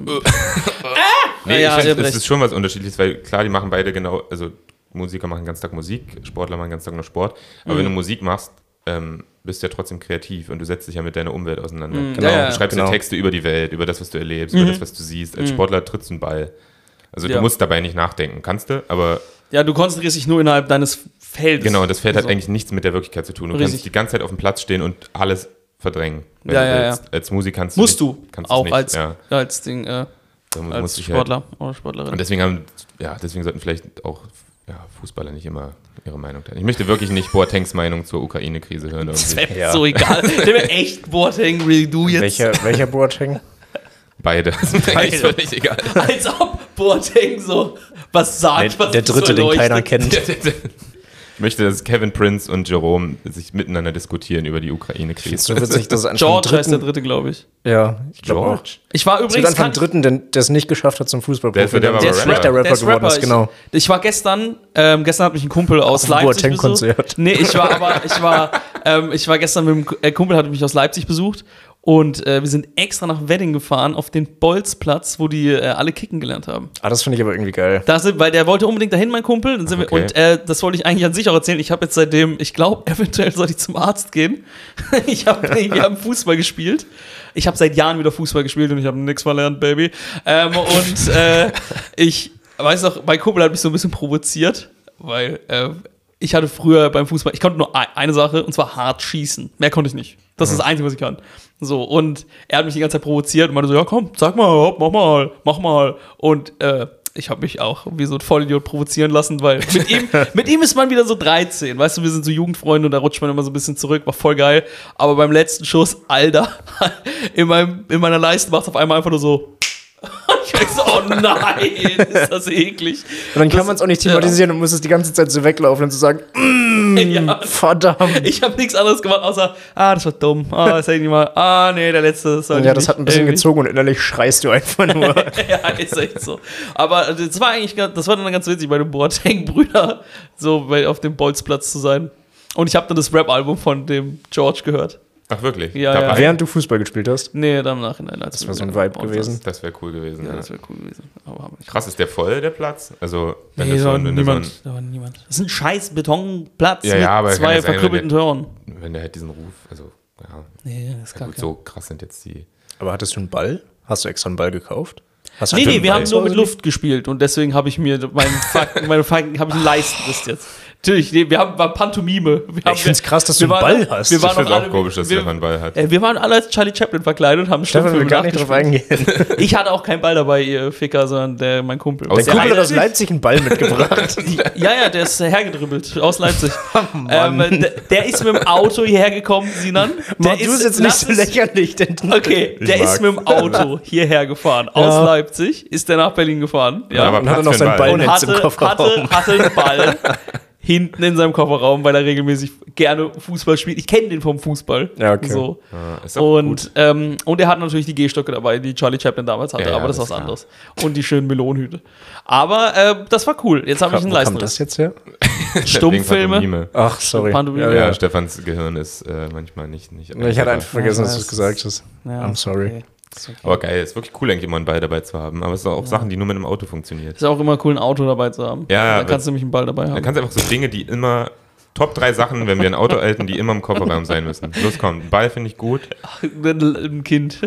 Nee,
ja,
ich
ja,
finde, es ist schon was Unterschiedliches, weil klar, die machen beide genau, also Musiker machen den ganzen Tag Musik, Sportler machen den ganzen Tag nur Sport. Aber
Mhm.
wenn du Musik machst, ähm, bist du ja trotzdem kreativ und du setzt dich ja mit deiner Umwelt auseinander.
Mhm.
Genau.
Ja, ja.
Du schreibst
Genau.
ja Texte über die Welt, über das, was du erlebst,
Mhm.
über das, was du siehst. Als Sportler trittst du einen Ball. Also
Ja.
du musst dabei nicht nachdenken, kannst du, aber
Ja, du konzentrierst dich nur innerhalb deines Feldes.
genau, und das Feld
Also,
hat eigentlich nichts mit der Wirklichkeit zu tun. Du
Richtig.
kannst die ganze Zeit auf dem Platz stehen und alles verdrängen, wenn
Ja,
du
ja,
willst. Als Musik kannst du
Musst
nicht,
du
kannst du's
auch
nicht.
als,
ja.
als Ding, äh,
Da mu-
als
musst dich halt-
Sportler oder Sportlerin.
Und deswegen haben, ja, deswegen sollten vielleicht auch ja, Fußballer nicht immer ihre Meinung teilen. Ich möchte wirklich nicht Boatengs Meinung zur Ukraine-Krise hören.
Das
Irgendwie.
wäre
Ja.
so egal. Der wäre echt Boateng, really du jetzt.
Welcher, welcher Boateng?
Beide. Das ist mir eigentlich völlig egal.
Als ob Boateng so was sagt,
Nee,
was
der
so
dritte, den
erleuchtet.
keiner kennt.
Ich möchte, dass Kevin Prince und Jerome sich miteinander diskutieren über die Ukraine-Krise.
So witzig, dass es einfach
George
einen
heißt der
dritten,
dritte, glaube ich.
ja, ich glaube auch.
George?
Ich war
Es gibt
übrigens
einfach einen
kann-
dritten, der der es nicht geschafft hat zum Fußballprofi.
Der ist- der war
der
aber
schlechter
Rapper.
Rapper
Der ist
geworden
Rapper.
ist, genau.
Ich, ich war gestern, ähm, gestern hat mich ein Kumpel aus
dem
Leipzig besucht.
Boateng-Konzert.
Nee, ich war aber, ich war, ähm, ich war gestern mit einem K- äh, Kumpel, hat mich aus Leipzig besucht und äh, wir sind extra nach Wedding gefahren auf den Bolzplatz, wo die äh, alle kicken gelernt haben.
Ah, das finde ich aber irgendwie geil.
Da sind, weil der wollte unbedingt dahin, mein Kumpel. Dann sind
Okay.
wir, und äh, das wollte ich eigentlich an sich auch erzählen. Ich habe jetzt seitdem, ich glaube, eventuell sollte ich zum Arzt gehen. ich hab, wir haben Fußball gespielt. Ich habe seit Jahren wieder Fußball gespielt und ich habe nichts verlernt, Baby. Ähm, und äh, ich weiß noch, mein Kumpel hat mich so ein bisschen provoziert, weil äh, ich hatte früher beim Fußball, ich konnte nur eine Sache, und zwar hart schießen. Mehr konnte ich nicht. Das ist das Einzige, was ich kann. So, und er hat mich die ganze Zeit provoziert und meinte so, ja komm, sag mal, hopp, mach mal, mach mal. Und äh, ich habe mich auch wie so ein Vollidiot provozieren lassen, weil mit ihm, mit ihm ist man wieder so dreizehn. Weißt du, wir sind so Jugendfreunde und da rutscht man immer so ein bisschen zurück, war voll geil. Aber beim letzten Schuss, Alter, in, meinem, in meiner Leiste macht es auf einmal einfach nur so. Ich denk so, oh nein, ist das eklig.
Und dann kann
Das-
man es auch nicht thematisieren und muss es die ganze Zeit so weglaufen und zu sagen,
Ja,
verdammt.
ich habe nichts anderes gemacht, außer, ah, das war dumm. Ah, das hätte ich nicht mal. Ah, nee, der letzte. Das sollte
Ja,
ich
das
nicht.
hat ein bisschen
Irgendwie.
gezogen und innerlich schreist du einfach nur.
Ja, ist echt so. Aber das war eigentlich ganz, das war dann ganz witzig, bei den Boateng-Brüder so bei, auf dem Bolzplatz zu sein. Und ich habe dann das Rap-Album von dem George gehört.
Ach, wirklich?
Ja,
Dabei?
ja.
Während du Fußball gespielt hast.
Nee, dann im Nachhinein. Als
Das
wir
war so ein
wieder
Vibe
raus
gewesen.
saßen.
Das wäre cool gewesen.
Ja,
Ja,
das wäre cool gewesen. Aber haben wir nicht.
Krass, ist der voll, der Platz? Also, wenn
Nee,
das
da
so
war
ein, wenn
niemand.
so
Da war niemand. Das ist ein scheiß Betonplatz
Ja,
mit
ja, aber kann
zwei
ja sein,
verkrüppelten
wenn
Toren.
ein, wenn der halt diesen Ruf, also, ja.
Nee, das ist
ja
gar
gut,
kein.
so krass sind jetzt die.
Aber hattest du einen Ball? Hast du extra einen Ball gekauft? Hast du
Nee,
einen
nee, wir
Ball
haben nur mit
oder so?
Luft gespielt und deswegen habe ich mir meinen Fuck, meine Fuck, habe ich einen Leistenriss jetzt. Natürlich, nee, wir haben war Pantomime. Wir haben,
Ich find's krass, dass
wir
du einen
waren-
Ball hast.
Wir
Ich
waren
finde
auch
es auch
alle,
komisch, dass
wir,
Stefan einen Ball hat.
äh, wir waren alle als Charlie Chaplin verkleidet und haben
Stefan will
Stummfilme
gar nicht drauf
nachgespielt.
eingehen.
Ich hatte auch keinen Ball dabei, ihr Ficker, sondern der, mein Kumpel.
Aus
Der
der
Kumpel hat
eine-
aus Leipzig einen Ball mitgebracht.
Ja, ja, der ist hergedribbelt aus Leipzig.
Oh,
ähm, der, der ist mit dem Auto hierher gekommen, Sinan. Der
Mann, du bist jetzt nicht
lass
so
es-
lächerlich. Denn
Okay,
Ich
der ist
mag's.
mit dem Auto hierher gefahren. Aus
Ja.
Leipzig ist der nach Berlin gefahren. Ja.
aber
und hat er
Platz
noch
für
seinen
einen
Ball
und
Netz
hatte,
im Kofferraum.
hatte, hatte einen Ball hinten in seinem Kofferraum, weil er regelmäßig gerne Fußball spielt. Ich kenne den vom Fußball.
Ja, okay.
So.
Ja, ist auch gut.
Und, ähm, und er hat natürlich die Gehstöcke dabei, die Charlie Chaplin damals hatte,
Ja, ja,
aber das ist
das
was
ist
anderes. Und die schönen Melonenhüte. Aber äh, das war cool. Jetzt habe ich einen
Wo kam das
Leistenriss.
jetzt her?
Wegen
Stummfilme.
Pantomime.
Ach, sorry.
Pantomime.
Ja,
Ja,
Stefans Gehirn ist äh, manchmal nicht. nicht
Ich hatte einfach vergessen,
Ja,
dass du es
das
gesagt
ist-
hast.
Ja,
I'm sorry.
okay. Ist okay.
Aber geil, ist wirklich cool, eigentlich immer einen Ball dabei zu haben. Aber es sind auch Sachen, die nur mit einem Auto funktionieren.
Ist auch immer cool, ein Auto dabei zu haben.
Ja,
Dann kannst du nämlich einen Ball dabei
Da
haben.
kannst du einfach so Dinge, die immer. Top drei Sachen, wenn wir ein Auto halten, die immer im Kofferraum sein müssen. Los, komm, einen Ball finde ich gut.
Ein, ein Kind.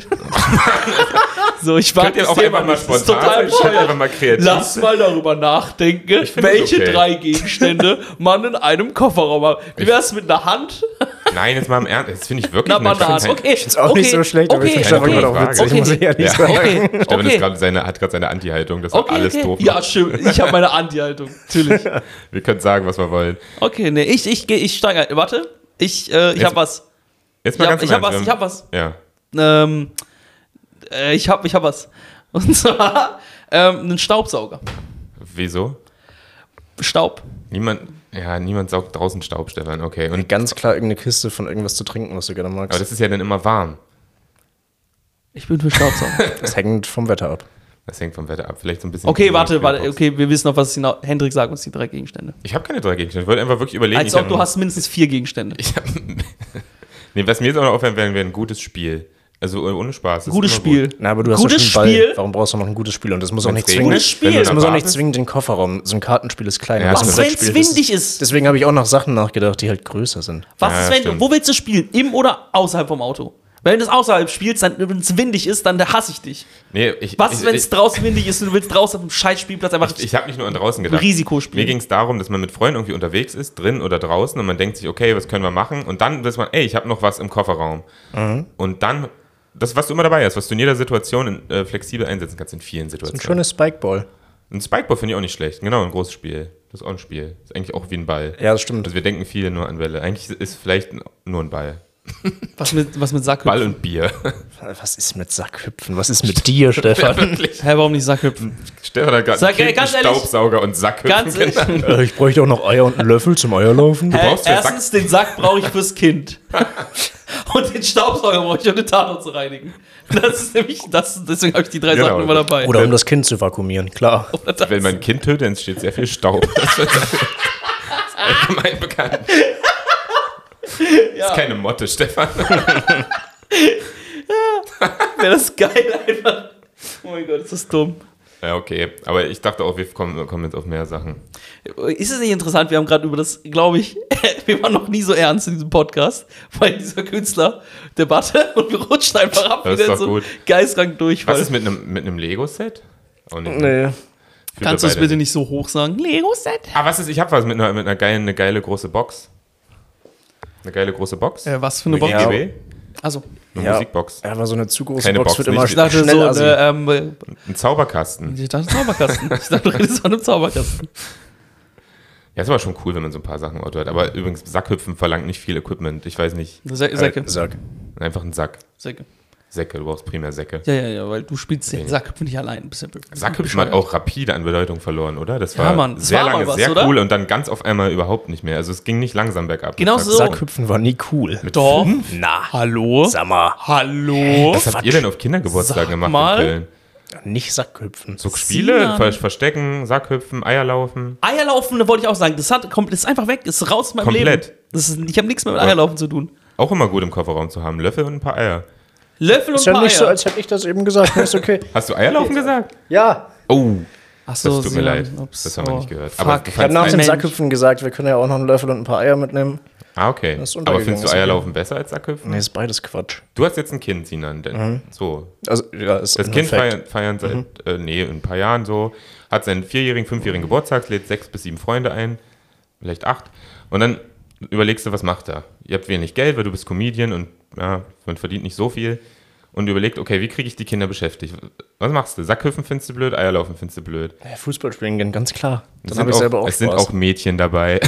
So, ich mag
Könnt ihr
das
auch
Thema
einfach mal
nicht. Das ist
spontan
total
sein? Könnt ihr
bescheuert.
einfach mal kreativ
Lass mal darüber nachdenken,
find
welche
das okay.
drei Gegenstände man in einem Kofferraum hat. Wie wär's mit einer Hand,
Nein, jetzt mal im Ernst. Das finde ich wirklich
einer
nicht.
Banane? Okay,
Ist auch
okay,
nicht so schlecht, aber ich
okay,
finde Stefan
okay,
gerade auch witzig,
okay,
muss ich ehrlich
okay,
sagen.
okay,
Stefan ist
okay,
gerade seine, hat gerade seine Anti-Haltung, dass er
okay,
alles
okay.
doof
Ja,
macht.
stimmt. Ich habe meine Anti-Haltung. Natürlich.
Wir können sagen, was wir wollen.
Okay, nee, ich, ich, geh- ich steige ein. Warte, ich, äh, ich
Jetzt-
habe was.
Jetzt
Ich
mal
habe
ganz im
ich hab was,
Ernst,
ich habe was.
Ja.
Ähm, äh, ich habe ich hab was. Und zwar ähm, einen Staubsauger.
Wieso?
Staub.
Niemand. Ja, niemand saugt draußen Staub, Stefan, okay. Und,
Ganz klar irgendeine Kiste von irgendwas zu trinken, was du gerne magst.
aber das ist ja dann immer warm.
Ich bin für Staubsauger.
Das hängt vom Wetter ab.
Das hängt vom Wetter ab. Vielleicht so ein bisschen.
Okay, warte, warte,
Kühlbox.
okay, wir wissen noch, was hinaus. Hendrik sagt uns die drei Gegenstände.
Ich habe keine drei Gegenstände. Ich wollte einfach wirklich überlegen.
Als
ich
ob
hab-
du hast mindestens vier Gegenstände.
Ich hab, nee, was mir jetzt auch noch auffällt, wäre wäre ein gutes Spiel. Also ohne Spaß. das ist
Gutes
immer
Spiel.
gut.
Na, aber du hast
Gutes
ja schon einen Ball.
Spiel.
Warum brauchst du noch ein gutes Spiel? Und das muss auch
Wenn's
nicht
regnet,
zwingend.
Gutes Spiel.
wenn du in
Das
der
muss auch
Bar
nicht
bist.
zwingend den Kofferraum. So ein Kartenspiel ist kleiner.
Ja,
das
Was,
ist ein
wenn's
Brettspiel. Das
windig ist?
Deswegen habe ich auch nach Sachen nachgedacht, die halt größer sind.
Was
Ja,
ist, wenn
stimmt.
du, wo willst du spielen? Im oder außerhalb vom Auto? Wenn du es außerhalb spielst, dann, wenn es windig ist, dann hasse ich dich.
Nee, ich,
Was
ich,
ist, wenn es
ich,
draußen windig ist und du willst draußen auf dem Scheißspielplatz einfach
ich habe nicht nur an draußen gedacht.
Risiko spielen?
Mir ging es darum, dass man mit Freunden irgendwie unterwegs ist, drin oder draußen, und man denkt sich, okay, was können wir machen? Und dann weiß man, ey, ich habe noch was im Kofferraum.
Mhm.
Und dann, das, was du immer dabei hast, was du in jeder Situation in, äh, flexibel einsetzen kannst, in vielen
Ein
Situationen.
schönes Spikeball.
Ein Spikeball finde ich auch nicht schlecht. Genau, ein großes Spiel. Das ist auch ein Spiel. Das ist eigentlich auch wie ein Ball.
Ja, das stimmt.
Also wir denken viele nur an Bälle. Eigentlich ist vielleicht nur ein Ball.
Was mit, was mit Sackhüpfen?
Ball und Bier.
Was ist mit Sackhüpfen? Was ist mit dir, Stefan?
Hä, warum nicht Sackhüpfen?
Stefan hat gerade
Sag,
ein Kind,
ey, ganz
einen
ehrlich-
Staubsauger und Sackhüpfen
Ganz ehrlich,
genannt.
Äh, ich bräuchte auch noch Eier und einen Löffel zum Eierlaufen.
Hä,
brauchst für
erstens, den Sack brauche ich fürs Kind. Und den Staubsauger brauche ich, um den Tatort zu reinigen. Das ist nämlich, das, deswegen habe ich die drei
Genau.
Sachen immer dabei.
Oder um das Kind zu vakuumieren, klar.
das.
Wenn man ein Kind tötet, entsteht sehr viel Staub. Das ist allgemein bekannt. Das ist keine Motte, Stefan.
Wäre das geil einfach. Oh mein Gott, ist das dumm.
Ja, okay. Aber ich dachte auch, wir kommen, kommen jetzt auf mehr Sachen.
Ist es nicht interessant, wir haben gerade über das, glaube ich, wir waren noch nie so ernst in diesem Podcast, bei dieser Künstlerdebatte und wir rutschen einfach ab
Das ist
wieder in
doch
so
gut.
geistkrank Durchfall.
Was ist mit einem mit einem Lego-Set? Auch nicht.
Nee.
Fühlt
Kannst du
ihr
es
beide
bitte nicht so hoch sagen? Lego-Set?
Ah, was ist? Ich habe was mit einer, mit einer geilen, eine geile große Box. Eine geile große Box.
Äh, was für eine
Eine
Box?
G G B.
Also,
Eine
Ja.
Musikbox.
Ja, aber so eine zu große
Keine
Box
Box,
wird immer
nicht-
ich dachte
schnell
so,
assi.
äh, ähm,
Ein Zauberkasten.
ich dachte Zauberkasten. Ich dachte, du redest von einem Zauberkasten.
Ja, ist aber schon cool, wenn man so ein paar Sachen im Auto hat. Aber übrigens, Sackhüpfen verlangt nicht viel Equipment. Ich weiß nicht.
Sä Säcke.
Sag.
Einfach ein Sack.
Säcke.
Säcke, du brauchst primär Säcke.
Ja, ja, ja, weil du spielst den Sackhüpfen nicht allein. Bist ja
Sackhüpfen hat auch rapide an Bedeutung verloren, oder? Das
Ja,
war
Mann, das
sehr
war mal
lange
was,
sehr
oder?
cool und dann ganz auf einmal überhaupt nicht mehr. Also es ging nicht langsam bergab.
Genau
Mit
so.
Sackhüpfen.
Sackhüpfen war nie cool.
Doch.
Na,
Hallo?
sag mal.
Hallo?
Was habt ihr denn auf Kindergeburtstagen
Sag
gemacht
mal.
in Köln?
Nicht Sackhüpfen.
So Spiele,
Sinan.
Ver Verstecken, Sackhüpfen, Eierlaufen.
Eierlaufen, da wollte ich auch sagen, das, hat, kommt, das ist einfach weg, das ist raus aus meinem
Komplett.
Leben. Das ist, ich habe nichts mehr mit
Ja.
Eierlaufen zu tun.
Auch immer gut im Kofferraum zu haben. Löffel und ein paar Eier.
Löffel und
Ist ja
paar
nicht
Eier.
so, als hätte ich das eben gesagt. Ist okay.
Hast du Eierlaufen gesagt?
Ja.
Oh,
Achso,
das tut mir leid. Das haben wir nicht gehört. Aber du
Ich habe nach
fandst
dem
Mensch.
Sackhüpfen gesagt, wir können ja auch noch einen Löffel und ein paar Eier mitnehmen.
Ah, okay.
Das ist
Aber
untergegangen,
findest du
ist okay.
Eierlaufen besser als Sackhüpfen?
Nee, ist beides Quatsch.
Du hast jetzt ein Kind, Sinan. Denn so.
Also, ja, ist
Das
ein
Kind
Fact.
feiern, feiern seit, äh, nee, ein paar Jahren so, hat seinen vierjährigen, fünfjährigen Geburtstag, lädt sechs bis sieben Freunde ein, vielleicht acht. Und dann überlegst du, was macht er? Ihr habt wenig Geld, weil du bist Comedian und ja, man verdient nicht so viel. Und überlegt, okay, wie kriege ich die Kinder beschäftigt? Was machst du? Sackhüpfen findest du blöd, Eierlaufen findest du blöd.
Ja, Fußball spielen gehen, ganz klar.
Es
Dann
sind
habe ich
auch,
selber auch
es
Spaß.
sind auch Mädchen dabei.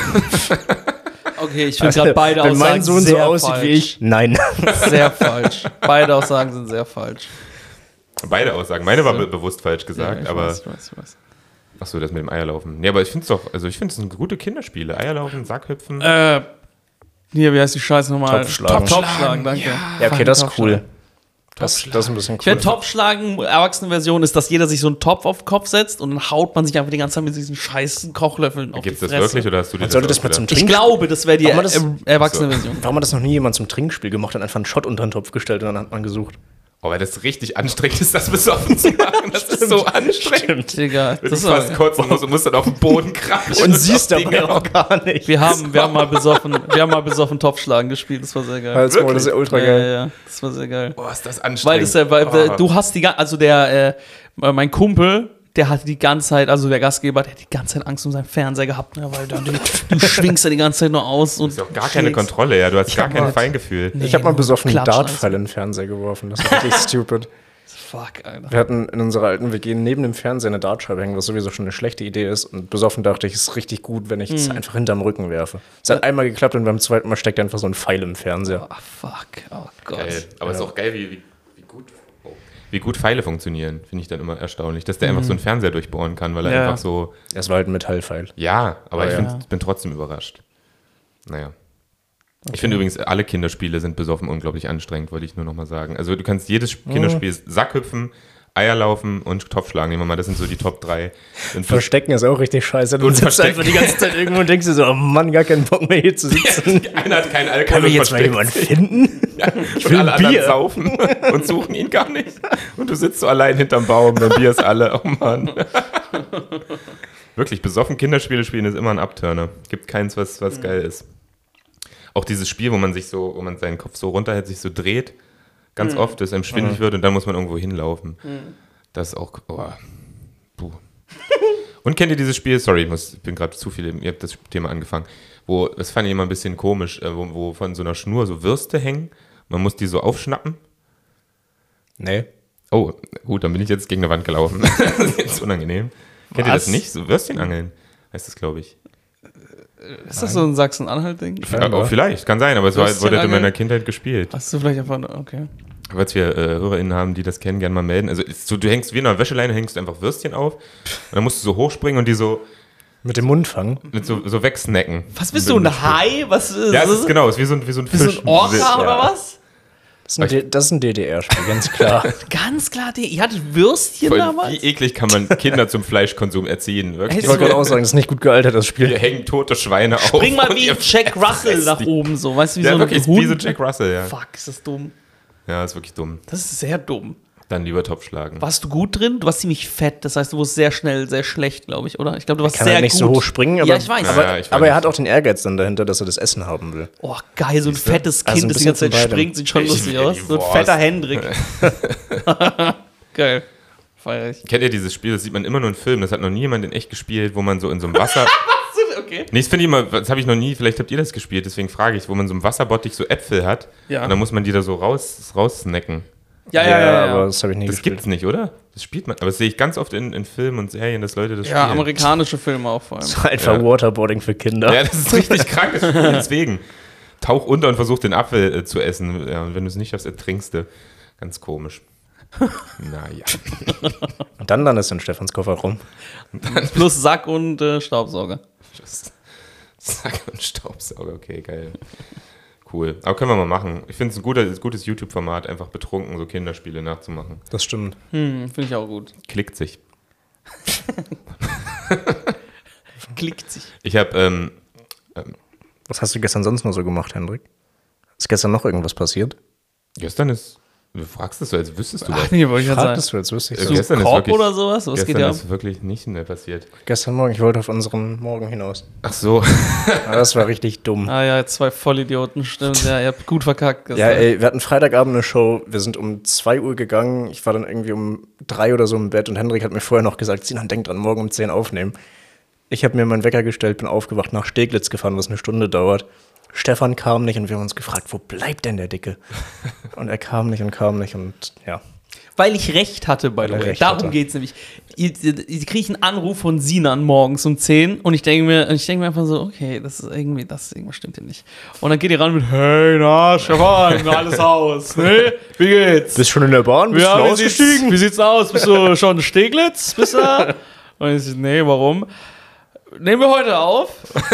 Okay, ich finde gerade beide
Wenn
Aussagen
mein Sohn so
sehr
aussieht
falsch.
wie ich, nein.
Sehr falsch. Beide Aussagen sind sehr falsch.
Beide Aussagen. Meine war be bewusst falsch gesagt,
Ja, ich
aber
weiß, ich weiß, ich weiß.
achso, das mit dem Eierlaufen. Nee, aber ich finde es doch, also ich finde es sind gute Kinderspiele. Eierlaufen, Sackhüpfen.
Äh, hier, wie heißt die Scheiße nochmal?
Topfschlagen.
Top, Topfschlagen, danke.
Ja, okay, das ist
Topfschlagen.
cool. Das, das ist ein bisschen
Ich finde,
cool.
Topfschlagen, Erwachsenenversion, ist, dass jeder sich so einen Topf auf den Kopf setzt und dann haut man sich einfach die ganze Zeit mit diesen scheiß Kochlöffeln auf
Gibt es
die
das
Fresse.
wirklich oder hast du dir
sollte das mal zum
ausgedacht?
Ich
Trinkspiel-
glaube, das wäre die
Warum man das-
er Erwachsenenversion.
Warum hat das noch nie jemand zum Trinkspiel gemacht und einfach einen Shot unter den Topf gestellt und dann hat man gesucht?
Oh, weil das richtig anstrengend ist, das besoffen zu machen. Das ist so anstrengend.
Egal.
Du
Das
fast
war,
kotzen musst und musst dann auf den Boden krachen.
Und siehst
auf
dabei
Dinge.
auch gar nicht.
wir haben, wir haben mal besoffen, wir haben mal besoffen Topfschlagen gespielt, das war sehr geil.
Das war das ist ja ultra
Ja,
geil.
ja, ja, das war sehr geil.
Boah, ist das
Weil
anstrengend.
das ja, weil,
Oh.
du hast die ganze, also der, äh, mein Kumpel, der hatte die ganze Zeit, also der Gastgeber, der hat die ganze Zeit Angst um seinen Fernseher gehabt, ne, weil dann, du, du schwingst ja die ganze Zeit nur aus und
Du hast ja auch gar keine
schlägst.
Kontrolle, ja. Du hast gar
hab
kein
mal-
Feingefühl.
Ich habe mal
nur
besoffen einen
Klatsch,
Dartpfeil in den Fernseher geworfen. Das war richtig stupid.
Fuck, Alter.
Wir hatten in unserer alten W G neben dem Fernseher eine Dartscheibe hängen, was sowieso schon eine schlechte Idee ist. Und besoffen dachte ich, es ist richtig gut, wenn ich es einfach hinterm Rücken werfe. Es hat einmal geklappt und beim zweiten Mal steckt einfach so ein Pfeil im Fernseher.
Ah, fuck, oh Gott.
Geil. Aber es ist auch geil, wie, wie, wie gut. Oh. wie gut Pfeile funktionieren, finde ich dann immer erstaunlich, dass der einfach so einen Fernseher durchbohren kann, weil er
Ja.
einfach so,
Das war halt ein Metallpfeil.
ja, aber
Oh,
ich
ja.
find, bin trotzdem überrascht. Naja. Ich finde übrigens, alle Kinderspiele sind besoffen unglaublich anstrengend, wollte ich nur noch mal sagen. Also du kannst jedes Kinderspiel Sackhüpfen, Eierlaufen und Topfschlagen, nehmen wir mal, das sind so die Top drei. Sind so-
Verstecken ist auch richtig scheiße. Du
Und
sitzt
Verstecken.
einfach die ganze Zeit irgendwo und denkst dir so, oh Mann, gar keinen Bock mehr hier zu sitzen.
Einer hat keinen Alkohol
Kann
und
mir jetzt mal
versteckt
jemand
sich.
finden?
Ja,
will
und alle anderen
Bier.
saufen und suchen ihn gar nicht. Und du sitzt so allein hinterm Baum, dein Bier ist alle. Oh Mann. Wirklich, besoffen Kinderspiele spielen ist immer ein Abturner. Gibt keins, was, was geil ist. Auch dieses Spiel, wo man sich so, wo man seinen Kopf so runterhält, sich so dreht, ganz oft, dass einem schwindelig wird und dann muss man irgendwo hinlaufen. Das ist auch, oh, puh. Und kennt ihr dieses Spiel, sorry, ich, muss, ich bin gerade zu viel, ihr habt das Thema angefangen, wo, das fand ich immer ein bisschen komisch, äh, wo, wo von so einer Schnur so Würste hängen, man muss die so aufschnappen.
Nee.
Oh, gut, dann bin ich jetzt gegen eine Wand gelaufen. Das ist unangenehm. Kennt ihr das
Was?
nicht? So Würstchenangeln heißt das, glaube ich.
Ist das so ein Sachsen-Anhalt-Ding?
Ja, oh, vielleicht, kann sein, aber es war, wurde in
Würstchenangeln?
meiner Kindheit gespielt.
Hast du vielleicht einfach, okay.
Falls wir äh, HörerInnen haben, die das kennen, gerne mal melden. Also ist so, du hängst wie in einer Wäscheleine, hängst du einfach Würstchen auf und dann musst du so hochspringen und die so,
Mit dem Mund fangen.
mit so, so wegsnacken.
Was bist du, ein Hai? Was ist
Ja, es ist genau, es ist wie so ein, wie so ein
Bist du
Fisch.
ein Orca
Ja.
oder was?
Das ist ein, D- das ist ein D D R-Spiel, ganz klar.
Ganz klar, die, ihr hattet Würstchen
Voll,
damals?
wie eklig kann man Kinder zum Fleischkonsum erziehen, wirklich.
Ich wollte gerade auch sagen, das ist nicht gut gealtert, das
Hier
Spiel.
hängen tote Schweine auf.
Bring mal
und
wie
ihr
Jack Russell
fresst
nach
die.
oben, so, weißt du, wie
Ja,
so ein
wirklich,
Hund.
wie so Jack Russell, ja.
Fuck, ist das dumm.
Ja, ist wirklich dumm.
Das ist sehr dumm.
Dann lieber Topf schlagen.
Warst du gut drin? Du warst ziemlich fett, das heißt, du warst sehr schnell, sehr schlecht, glaube ich, oder? Ich glaube, du warst
Kann
sehr
halt nicht
gut.
so hoch springen, aber,
ja, ich weiß.
aber,
Ja, ich weiß
aber er
nicht.
hat auch den Ehrgeiz dann dahinter, dass er das Essen haben will.
Oh, geil, so ein fettes
Also
Kind,
ein
das die ganze
bisschen
Zeit
von beidem.
springt, sieht schon
Ich
lustig
will
aus.
die
So ein
Wurst.
fetter Hendrik. Geil. Feier ich.
Kennt ihr dieses Spiel? Das sieht man immer nur in Filmen. Das hat noch nie jemand in echt gespielt, wo man so in so einem Wasser.
Okay.
Nee, das finde ich immer, das habe ich noch nie, vielleicht habt ihr das gespielt, deswegen frage ich, wo man so im Wasserbottich so Äpfel hat
Ja.
und dann muss man die da so raus, raussnacken.
Ja, ja, ja. ja,
aber
ja.
das habe ich nie
Das
gespielt.
gibt's nicht, oder? Das spielt man. Aber das sehe ich ganz oft in, in Filmen und Serien, dass Leute das
Ja,
spielen.
amerikanische Filme auch vor allem.
Das ist einfach
Ja.
Waterboarding für Kinder.
Ja, das ist richtig krank. Das Spiel deswegen. Tauch unter und versuch den Apfel äh, zu essen. Ja, und wenn du es nicht schaffst, ertrinkst du. Ganz komisch. Naja.
Und dann landest du in Stefans Kofferraum.
Plus Sack und äh, Staubsauger.
Sack und Staubsauger, okay, geil. Cool. Aber können wir mal machen. Ich finde es ein gutes, gutes YouTube-Format, einfach betrunken so Kinderspiele nachzumachen.
Das stimmt.
Hm, finde ich auch gut.
Klickt sich.
Klickt sich.
Ich habe, ähm,
Was hast du gestern sonst noch so gemacht, Hendrik? Ist gestern noch irgendwas passiert?
gestern ist, du fragst es so, als wüsstest du
Ach
was.
nee, wollte ich gerade sagen.
Fragtest du jetzt, wüsste ich
Äh,
so.
gestern ist
Korb
wirklich-
oder sowas? Was geht
Gestern
ja ab?
ist wirklich nicht mehr passiert.
Gestern Morgen, ich wollte auf unseren Morgen hinaus.
Ach so.
Aber das war richtig dumm.
Ah ja, zwei Vollidioten, stimmt. Ja, ihr habt gut verkackt.
Ja,
gestern.
ey, wir hatten Freitagabend eine Show. Wir sind um zwei Uhr gegangen. Ich war dann irgendwie um drei oder so im Bett und Hendrik hat mir vorher noch gesagt, Sinan, denk dran, morgen um zehn aufnehmen. Ich habe mir meinen Wecker gestellt, bin aufgewacht, nach Steglitz gefahren, was eine Stunde dauert. Stefan kam nicht und wir haben uns gefragt, wo bleibt denn der Dicke? Und er kam nicht und kam nicht und ja.
Weil ich recht hatte, by the
Weil er
way.
recht
Darum
hatte.
geht's nämlich. Ich, ich kriege einen Anruf von Sinan morgens um zehn und ich denke mir, ich denke mir einfach so, okay, das ist irgendwie, das irgendwas stimmt hier nicht. Und dann geht ihr ran mit, hey, na, Stefan, alles aus, ne? Wie geht's?
Bist schon in der Bahn? Bist
Ja,
schon
wie sieht's,
ausgestiegen?
wie sieht's aus? Bist du schon in Steglitz? Bist du? Und ich so, nee, warum? Nehmen wir heute auf?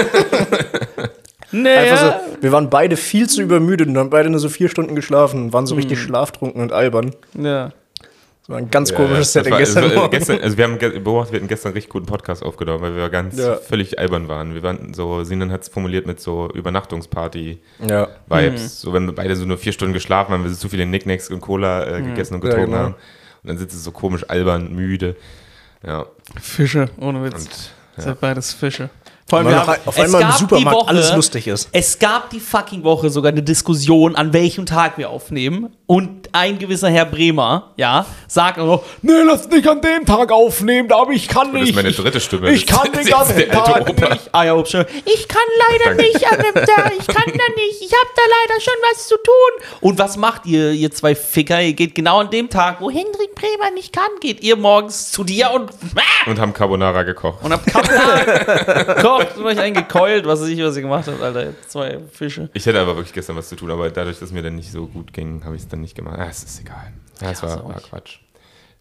nee.
Einfach so, wir waren beide viel zu übermüdet und haben beide nur so vier Stunden geschlafen und waren so richtig schlaftrunken und albern.
Ja.
Das war ein ganz
Ja,
komisches
das
Setting
war-
gestern
also, äh,
Morgen.
gestern, also wir haben ge- beobachtet, wir hatten gestern einen richtig guten Podcast aufgenommen, weil wir ganz
Ja.
völlig albern waren. Wir waren so, Sinan hat es formuliert mit so Übernachtungsparty-Vibes.
Ja.
So, wenn wir beide so nur vier Stunden geschlafen haben, wir so zu viele Knickknacks und Cola äh, gegessen und
Ja,
getrunken
genau.
haben. Und dann sitzt es so komisch albern, müde. Ja.
Fische, ohne Witz.
Und,
Das sind beides Fische. Vor allem,
Weil
wir
noch
haben,
auf
es
einmal im
gab die
Supermarkt
Woche,
alles lustig ist.
Es gab die fucking Woche sogar eine Diskussion, an welchem Tag wir aufnehmen. Und ein gewisser Herr Bremer, ja, sagt also, nee, lass nicht an dem Tag aufnehmen, aber ich kann
das
nicht.
ist meine
ich,
dritte Stimme.
Ich
Das
kann
ist
den
jetzt
ganzen
der alte
Tag
Opa.
nicht. Ah ja, Obst,
Ich kann leider
Danke.
nicht an dem Tag. Ich kann da nicht. Ich hab da leider schon was zu tun.
Und was macht ihr, ihr zwei Ficker? Ihr geht genau an dem Tag, wo
Hendrik Bremer nicht kann.
geht ihr morgens zu dir und
Und haben Carbonara gekocht.
und habt Kaffee gekocht und euch eingekeult, was weiß ich, was ihr gemacht habt, Alter. Zwei Fische.
Ich hätte aber wirklich gestern was zu tun, aber dadurch, dass es mir dann nicht so gut ging, habe ich es dann nicht gemacht. Ah, es ist egal. Ja, es
Ja, ist
war,
auch
war
nicht.
Quatsch.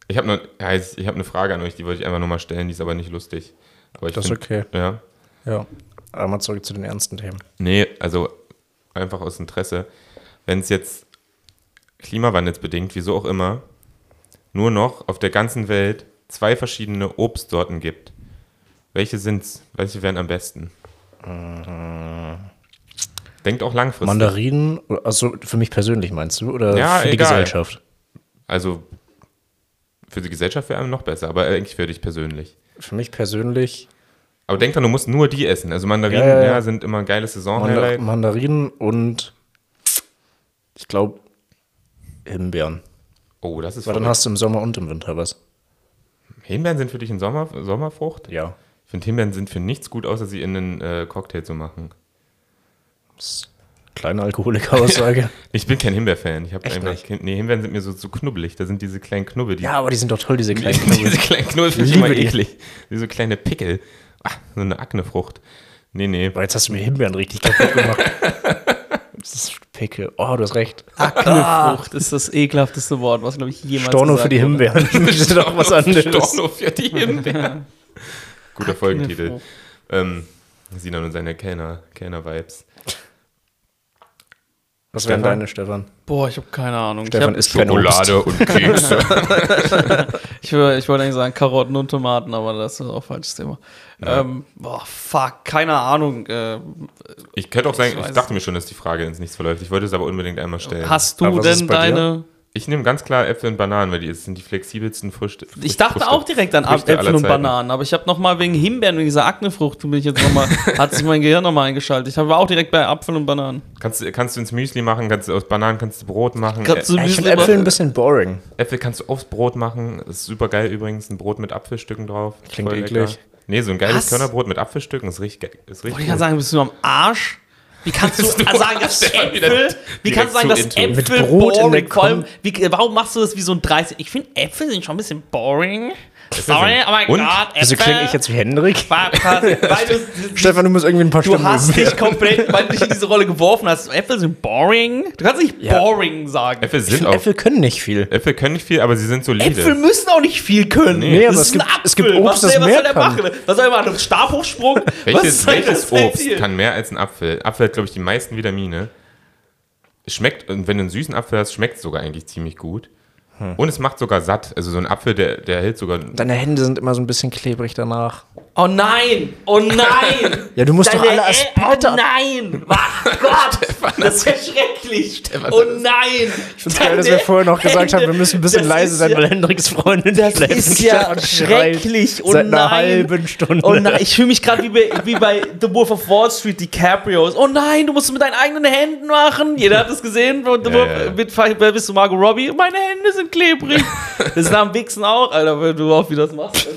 Ich habe ja, ich hab eine Frage an euch, die wollte ich einfach nur mal stellen, die ist aber nicht lustig. Aber ich
Das ist
find,
okay.
Ja.
Ja. Aber mal zurück zu den ernsten Themen.
Nee, also einfach aus Interesse. Wenn es jetzt klimawandelsbedingt, wieso auch immer, nur noch auf der ganzen Welt zwei verschiedene Obstsorten gibt, welche sind's? Welche wären am besten? Mhm. Denkt auch langfristig.
Mandarinen, also für mich persönlich meinst du? Oder
Ja,
für die
egal.
Gesellschaft?
Also für die Gesellschaft wäre noch besser, aber eigentlich für dich persönlich.
Für mich persönlich
Aber denk dran, du musst nur die essen. Also Mandarinen
Ja, ja, ja.
ja, sind immer ein geiles
Mandar
Saison-Highlight.
Mandarinen und ich glaube Himbeeren.
Oh, das ist
Weil dann
verrückt.
hast du im Sommer und im Winter was.
Himbeeren sind für dich eine Sommer Sommerfrucht?
Ja.
Ich finde, Himbeeren sind für nichts gut, außer sie in einen äh, Cocktail zu machen.
Kleine Alkoholiker-Aussage.
Ich bin kein Himbeer-Fan. Ich habe
Echt
einfach.
nicht?
Nee, Himbeeren sind mir so zu knubbelig. Da sind diese kleinen Knubbel. Die
Ja, aber die sind doch toll, diese kleinen
diese
Knubbel.
kleinen Knubbel finde ich
Liebe
immer
die.
eklig. Diese kleine Pickel. Ach, so eine Aknefrucht. Nee, nee.
Boah, jetzt hast du mir Himbeeren richtig kaputt gemacht. Das ist Pickel. Oh, du hast recht.
Aknefrucht ist das ekelhafteste Wort, was, glaube ich, jemals
Storno
gesagt
für die
wurde.
Himbeeren. Das ist doch was anderes.
Storno für die Himbeeren. Guter Folgentitel.
Aknefrucht.
Ähm, Sinan und seine Kellner, Kellner-Vibes.
Was wären
Stefan?
deine, Stefan?
Boah, ich habe keine Ahnung.
Stefan
ich,
isst kein Obst.
Schokolade und Kekse.
hab, ich, wür- ich wollte eigentlich sagen Karotten und Tomaten, aber das ist auch ein falsches Thema.
Ja.
Ähm, boah, fuck, keine Ahnung. Äh,
Ich könnte auch sagen,
Ich
ich,
weiß
dachte mir schon, dass die Frage ins Nichts verläuft. Ich wollte es aber unbedingt einmal stellen.
hast du
Aber was ist
denn
bei dir?
deine...
Ich nehme ganz klar Äpfel und Bananen, weil die sind die flexibelsten Früchte. Früchte
Ich dachte
Früchte,
auch direkt an
Früchte
Äpfel
aller
und
Zeiten.
Bananen, aber ich habe nochmal wegen Himbeeren, wegen dieser Aknefrucht, bin ich jetzt noch mal, hat sich mein Gehirn nochmal eingeschaltet. Ich war auch direkt bei Apfel und Bananen.
Kannst, du- kannst du ins Müsli machen, kannst du aus Bananen kannst du Brot machen.
Kannst du
Ä-
Ich finde
Müsli
Äpfel
machen?
ein bisschen boring.
Äpfel kannst du aufs Brot machen. Das ist super geil übrigens. Ein Brot mit Apfelstücken drauf.
Klingt
Voll
eklig.
lecker. Nee, so ein geiles
Was?
Körnerbrot mit Apfelstücken ist richtig geil. Ist
Wollte
richtig
ich gerade
gut.
sagen, bist du am Arsch? Wie kannst du
Bist du
sagen, dass
Stefan wieder
Äpfel, wie
direkt
kannst du sagen,
zu
dass
into.
Äpfel
Mit Brot in
boring,
der
vor allem,
Kom-
wie, warum machst du das wie so ein dreißig? Ich finde, Äpfel sind schon ein bisschen boring. Sorry,
sind-
oh mein
Und?
Gott, Äpfel.
Wieso klinge ich jetzt wie Hendrik?
Wa- wa- Weil du,
Stefan, du musst irgendwie ein paar
du
Stimmen
hast
üben.
dich komplett, weil du dich in diese Rolle geworfen hast. Äpfel sind boring. Du kannst nicht
Ja.
boring sagen.
Äpfel
Ich
sind
finde,
auch.
Äpfel können nicht viel.
Äpfel können nicht viel, aber sie sind solide.
Äpfel müssen auch nicht viel können.
Nee,
aber
das
es
ist ein
gibt-
Apfel.
es gibt Obst,
was,
das
soll- was
mehr
soll der
kann.
machen? Was soll er machen? Ein Stabhochsprung?
Welches,
soll
welches
das denn
Obst
hier?
kann mehr als ein Apfel? Apfel hat, glaube ich, die meisten Vitamine. Es schmeckt, und wenn du einen süßen Apfel hast, schmeckt es sogar eigentlich ziemlich gut. Und es macht sogar satt. Also so ein Apfel, der, der hält sogar.
Deine Hände sind immer so ein bisschen klebrig danach.
Oh nein! Oh nein!
Ja, du musst doch
Deine
alle Aspekte
Ä- Oh nein! Ach Gott! Das ist ja schrecklich! Oh nein!
Ich finde es geil, dass wir vorher noch gesagt haben, wir müssen ein bisschen
Das
leise
ist
sein,
ja-
weil Hendriks Freundin
Das
schläft.
ist ja
und schreit
schrecklich. Oh
Seit einer
nein.
halben Stunde.
Oh nein, ich fühle mich gerade wie bei, wie bei The Wolf of Wall Street, DiCaprios. Oh nein, du musst es mit deinen eigenen Händen machen. Jeder hat es gesehen. Und
Ja,
Wolf,
ja, ja.
Mit, wer bist du, Margot Robbie? Meine Hände sind klebrig. Das ist nach dem Wichsen auch, Alter, wenn du auch wie das machst.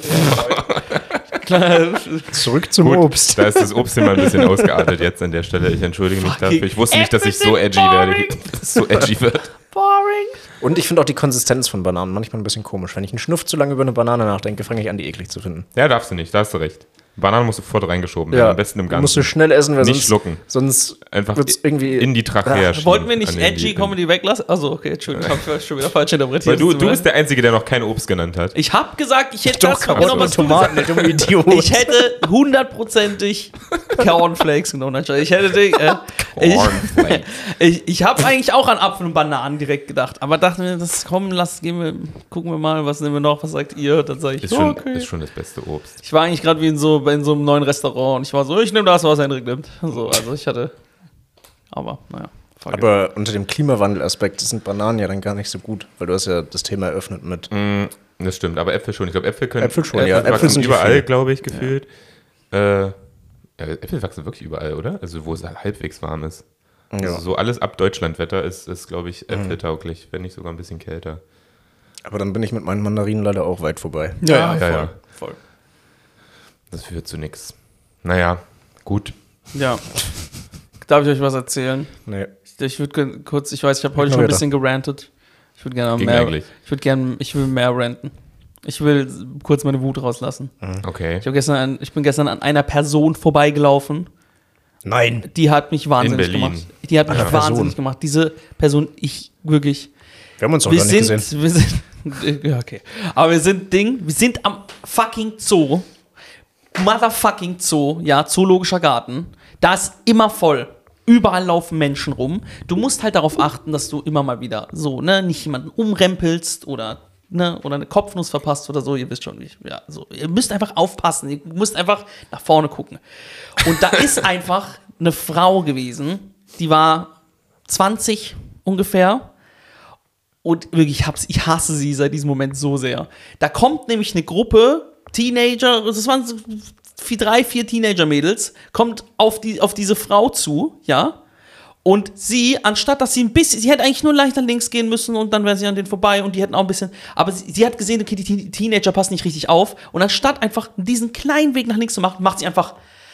Klar.
Zurück zum
Gut,
Obst.
da ist das Obst immer ein bisschen ausgeartet jetzt an der Stelle. Ich entschuldige mich dafür. Ich wusste nicht, dass ich so edgy werde, wie- dass es so edgy wird.
Boring.
Und ich finde auch die Konsistenz von Bananen manchmal ein bisschen komisch. Wenn ich einen Schnuff zu lange über eine Banane nachdenke, fange ich an, die eklig zu finden.
Ja, darfst du nicht, da hast du recht. Bananen musst du sofort reingeschoben werden, am besten im Ganzen.
musst du schnell essen, weil
Nicht
sonst,
schlucken.
sonst
Einfach
wird's irgendwie
in die Trachea schieben.
Wollten wir nicht
an den
edgy
Lippen.
Comedy weglassen? Also okay, Entschuldigung, hab ich schon wieder falsch interpretiert.
Weil du, du bist der Einzige, der noch kein Obst genannt hat.
Ich hab gesagt, ich hätte
Doch,
das
Karotten
genau,
und
was du
Tomaten,
gesagt
der dumme Idiot.
Ich hätte hundertprozentig Cornflakes genommen. Nein, Entschuldigung. Ich hätte ich, äh,
Cornflakes.
ich, ich, ich habe eigentlich auch an Apfel und Bananen direkt gedacht, aber dachte mir, das kommen, lass, gehen wir, gucken wir mal, was nehmen wir noch, was sagt ihr? Dann sage ich,
Ist
oh,
schon,
okay.
ist schon das beste Obst.
Ich war eigentlich gerade wie in so, in so einem neuen Restaurant und ich war so, ich nehme das, was Hendrik nimmt. So, also ich hatte, aber naja. fuck it.
Aber unter dem Klimawandelaspekt sind Bananen ja dann gar nicht so gut, weil du hast ja das Thema eröffnet mit.
Mm, das stimmt, aber Äpfel schon. Ich glaube, Äpfel können.
Äpfel schon, ja.
wachsen
Äpfel sind die
überall,
viel.
glaube ich, gefühlt. Äh, ja, Äpfel wachsen wirklich überall, oder? Also, wo es halbwegs warm ist.
Ja.
Also, so alles ab Deutschlandwetter ist, ist glaube ich, äpfeltauglich, wenn nicht sogar ein bisschen kälter.
Aber dann bin ich mit meinen Mandarinen leider auch weit vorbei.
Ja,
ja,
voll,
ja.
voll.
Das führt zu nichts. Naja, gut.
Ja. Darf ich euch was erzählen?
Nee.
Ich, ich würde kurz, ich weiß, ich habe heute
Immer
schon ein
wieder.
bisschen gerantet. Ich würde gerne
Ging
mehr.
eigentlich.
Ich würde gerne, ich will mehr ranten. Ich will kurz meine Wut rauslassen.
Okay.
Ich, hab gestern an, ich bin gestern an einer Person vorbeigelaufen,
Nein.
die hat mich wahnsinnig
Berlin.
gemacht. Die hat mich
Einer
wahnsinnig
Person.
gemacht. Diese Person, ich wirklich,
Wir haben uns doch
Wir
gar nicht
sind,
gesehen.
wir sind, ja, okay. Aber wir sind Ding, wir sind am fucking Zoo. Motherfucking Zoo, ja, Zoologischer Garten. Da ist immer voll. Überall laufen Menschen rum. Du musst halt darauf achten, dass du immer mal wieder so, ne, nicht jemanden umrempelst oder, ne, oder eine Kopfnuss verpasst oder so. Ihr wisst schon, wie ich, ja, so. Ihr müsst einfach aufpassen. Ihr müsst einfach nach vorne gucken. Und da ist einfach eine Frau gewesen, die war zwanzig ungefähr. Und wirklich, ich, hab's, ich hasse sie seit diesem Moment so sehr. Da kommt nämlich eine Gruppe Teenager, das waren so vier, drei, vier Teenager-Mädels, kommt auf, die, auf diese Frau zu, ja, und sie, anstatt dass sie ein bisschen, sie hätte eigentlich nur leicht nach links gehen müssen und dann wäre sie an denen vorbei und die hätten auch ein bisschen, aber sie, sie hat gesehen, okay, die Te- Teenager passen nicht richtig auf und anstatt einfach diesen kleinen Weg nach links zu machen, macht sie einfach